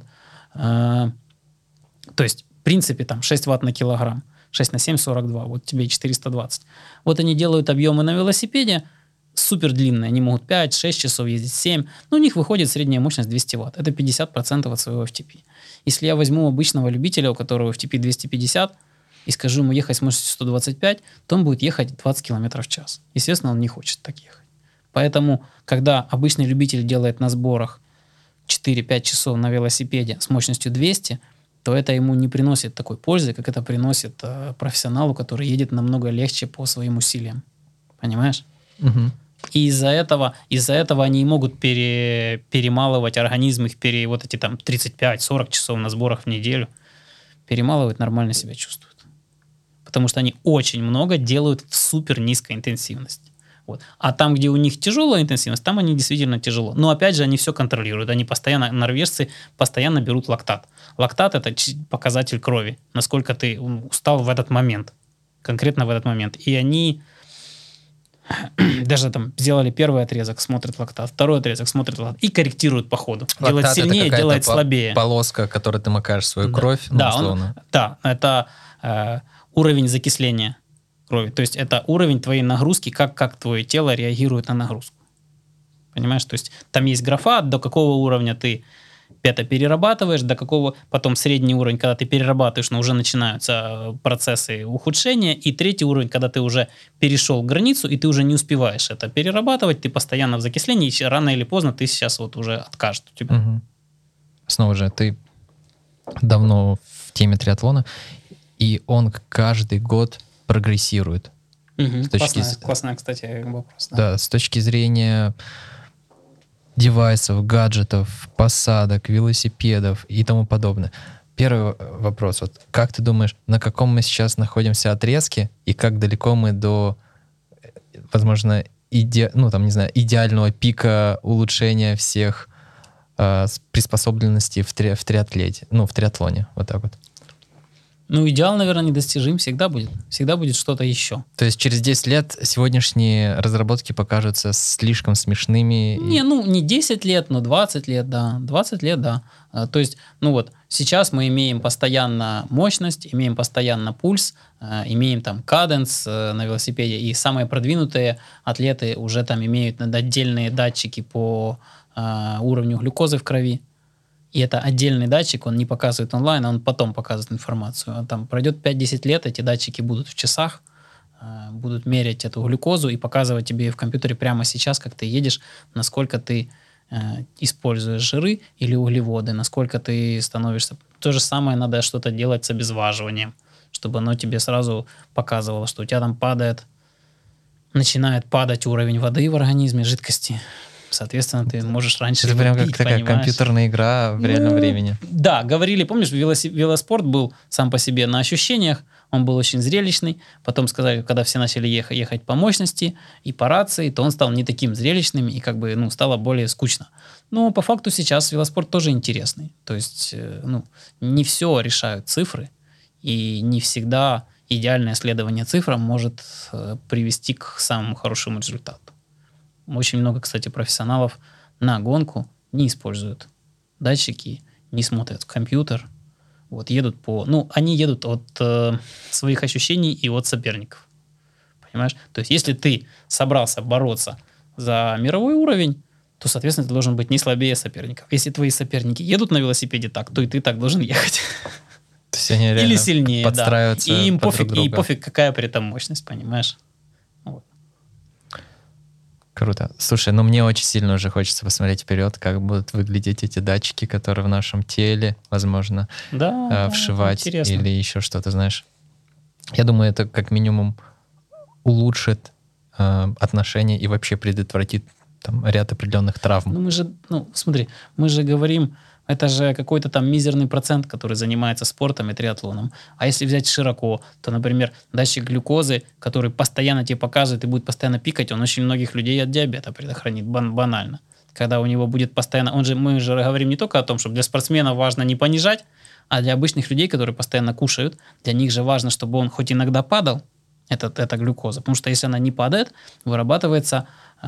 То есть, в принципе, там 6 ватт на килограмм. 6 на 7 – 42. Вот тебе и 420. Вот они делают объемы на велосипеде супер длинные. Они могут 5-6 часов ездить, 7. Но у них выходит средняя мощность 200 ватт. Это 50% от своего FTP. Если я возьму обычного любителя, у которого FTP 250, и скажу ему ехать с мощностью 125, то он будет ехать 20 км в час. Естественно, он не хочет так ехать. Поэтому, когда обычный любитель делает на сборах 4-5 часов на велосипеде с мощностью 200, то это ему не приносит такой пользы, как это приносит профессионалу, который едет намного легче по своим усилиям. Понимаешь? Угу. И из-за этого они и могут перемалывать организм, их вот эти там 35-40 часов на сборах в неделю. Перемалывать, нормально себя чувствуют. Потому что они очень много делают в супер низкой интенсивности. Вот. А там, где у них тяжелая интенсивность, там они действительно тяжело. Но опять же, они все контролируют. Они постоянно, норвежцы постоянно берут лактат. Лактат – это показатель крови, насколько ты устал в этот момент, конкретно в этот момент. И они даже там сделали первый отрезок, смотрят лактат, второй отрезок, смотрят лактат и корректируют по ходу. Лактат делает сильнее, делает слабее. Полоска, которой ты макаешь свою кровь, да, условно. Это уровень закисления крови. То есть это уровень твоей нагрузки, как твое тело реагирует на нагрузку. Понимаешь? То есть там есть графа, до какого уровня ты это перерабатываешь, до какого потом средний уровень, когда ты перерабатываешь, но уже начинаются процессы ухудшения, и третий уровень, когда ты уже перешел границу, и ты уже не успеваешь это перерабатывать, ты постоянно в закислении, и рано или поздно ты сейчас вот уже откажет у тебя. Угу. Снова же, ты давно в теме триатлона, и он каждый год прогрессирует. Угу. Классная, кстати, вопрос. Да, с точки зрения девайсов, гаджетов, посадок, велосипедов и тому подобное. Первый вопрос. Вот как ты думаешь, на каком мы сейчас находимся отрезке и как далеко мы до, возможно, идеального пика улучшения всех приспособленностей в триатлете, в триатлоне, вот так вот? Ну, идеал, наверное, недостижим всегда будет. Всегда будет что-то еще. То есть через 10 лет сегодняшние разработки покажутся слишком смешными? Не 10 лет, но 20 лет, да. 20 лет, да. То есть, сейчас мы имеем постоянно мощность, имеем постоянно пульс, имеем там каденс на велосипеде, и самые продвинутые атлеты уже там имеют отдельные датчики по уровню глюкозы в крови. И это отдельный датчик, он не показывает онлайн, а он потом показывает информацию. Там пройдет 5-10 лет, эти датчики будут в часах, будут мерять эту глюкозу и показывать тебе в компьютере прямо сейчас, как ты едешь, насколько ты используешь жиры или углеводы, насколько ты становишься... То же самое надо что-то делать с обезваживанием, чтобы оно тебе сразу показывало, что у тебя там начинает падать уровень воды в организме, жидкости. Соответственно, ты можешь раньше... Это прям как такая компьютерная игра в реальном времени. Да, говорили, помнишь, велоспорт был сам по себе на ощущениях, он был очень зрелищный. Потом сказали, когда все начали ехать по мощности и по рации, то он стал не таким зрелищным и стало более скучно. Но по факту сейчас велоспорт тоже интересный. То есть, не все решают цифры, и не всегда идеальное следование цифрам может привести к самому хорошему результату. Очень много, кстати, профессионалов на гонку не используют датчики, не смотрят в компьютер. Едут они едут от своих ощущений и от соперников. Понимаешь? То есть, если ты собрался бороться за мировой уровень, то, соответственно, ты должен быть не слабее соперников. Если твои соперники едут на велосипеде так, то и ты так должен ехать. То есть они реально или сильнее, подстраиваются И им под друг друга. И пофиг, какая при этом мощность, понимаешь? Круто. Слушай, мне очень сильно уже хочется посмотреть вперед, как будут выглядеть эти датчики, которые в нашем теле, возможно, вшивать или еще что-то, знаешь. Я думаю, это как минимум улучшит отношения и вообще предотвратит там ряд определенных травм. Смотри, мы же говорим, это же какой-то там мизерный процент, который занимается спортом и триатлоном. А если взять широко, то, например, датчик глюкозы, который постоянно тебе показывает и будет постоянно пикать, он очень многих людей от диабета предохранит, банально. Когда у него будет постоянно... Мы же говорим не только о том, что для спортсмена важно не понижать, а для обычных людей, которые постоянно кушают, для них же важно, чтобы он хоть иногда падал, эта глюкоза. Потому что если она не падает, вырабатывается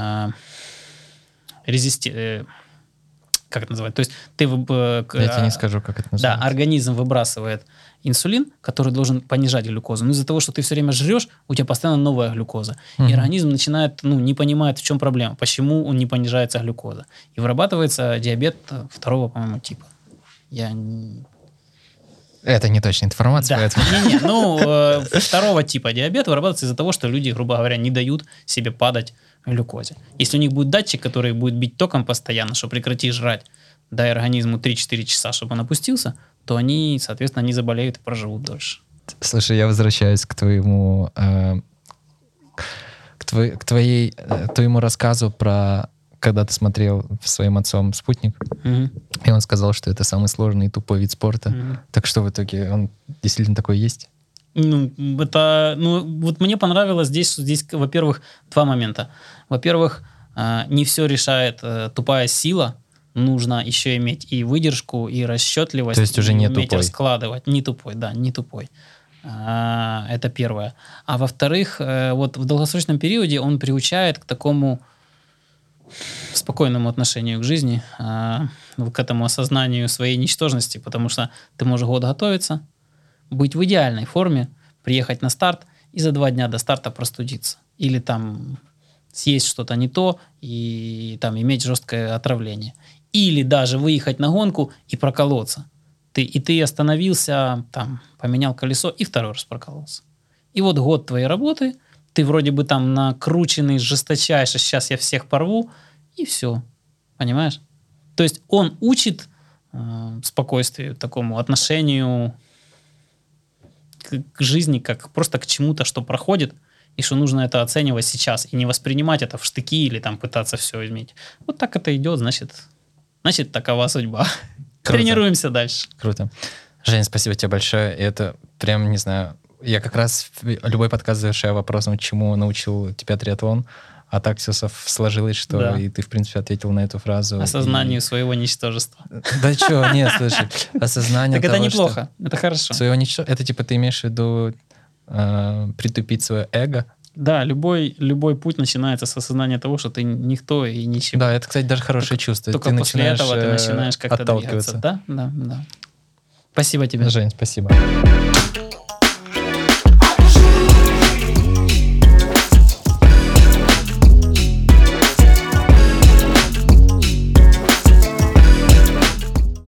как это называется? То есть я тебе не скажу, как это называется. Да, организм выбрасывает инсулин, который должен понижать глюкозу. Но из-за того, что ты все время жрешь, у тебя постоянно новая глюкоза. И организм начинает, не понимает, в чем проблема, почему не понижается глюкоза. И вырабатывается диабет второго, по-моему, типа. Это не точная информация. Да. Второго типа диабет вырабатывается из-за того, что люди, грубо говоря, не дают себе падать в глюкозе. Если у них будет датчик, который будет бить током постоянно, что прекрати жрать, дай организму 3-4 часа, чтобы он опустился, то они, соответственно, не заболеют и проживут дольше. Слушай, я возвращаюсь к твоему твоему рассказу про когда ты смотрел с своим отцом «Спутник», и он сказал, что это самый сложный и тупой вид спорта. Так что в итоге он действительно такой есть? Мне понравилось здесь, во-первых, два момента. Во-первых, не все решает тупая сила. Нужно еще иметь и выдержку, и расчетливость. То есть уже не уметь тупой. Раскладывать. Не тупой, да, не тупой. Это первое. А во-вторых, в долгосрочном периоде он приучает к такому спокойному отношению к жизни, к этому осознанию своей ничтожности, потому что ты можешь год готовиться, быть в идеальной форме, приехать на старт и за 2 дня до старта простудиться. Или там съесть что-то не то и там иметь жесткое отравление. Или даже выехать на гонку и проколоться. Ты остановился, там, поменял колесо и 2 раз прокололся. И вот год твоей работы, ты вроде бы там накрученный, жесточайше, сейчас я всех порву, и все. Понимаешь? То есть он учит спокойствию, такому отношению к жизни, как просто к чему-то, что проходит, и что нужно это оценивать сейчас, и не воспринимать это в штыки или там пытаться все изменить. Вот так это идет, значит такова судьба. Круто. Тренируемся дальше. Круто. Жень, спасибо тебе большое. Это прям, не знаю, я как раз любой подкаст завершаю вопросом, чему научил тебя триатлон. А так все сложилось, что Да. и ты, в принципе, ответил на эту фразу. Осознанию своего ничтожества. Да что, нет, слушай, осознание Так того, это неплохо, это хорошо. своего ничего, это типа ты имеешь в виду притупить свое эго? Да, любой путь начинается с осознания того, что ты никто и ничего. Да, это, кстати, даже хорошее чувство. Только ты после этого ты начинаешь как-то отталкиваться. двигаться. Да. Спасибо тебе. Жень, спасибо.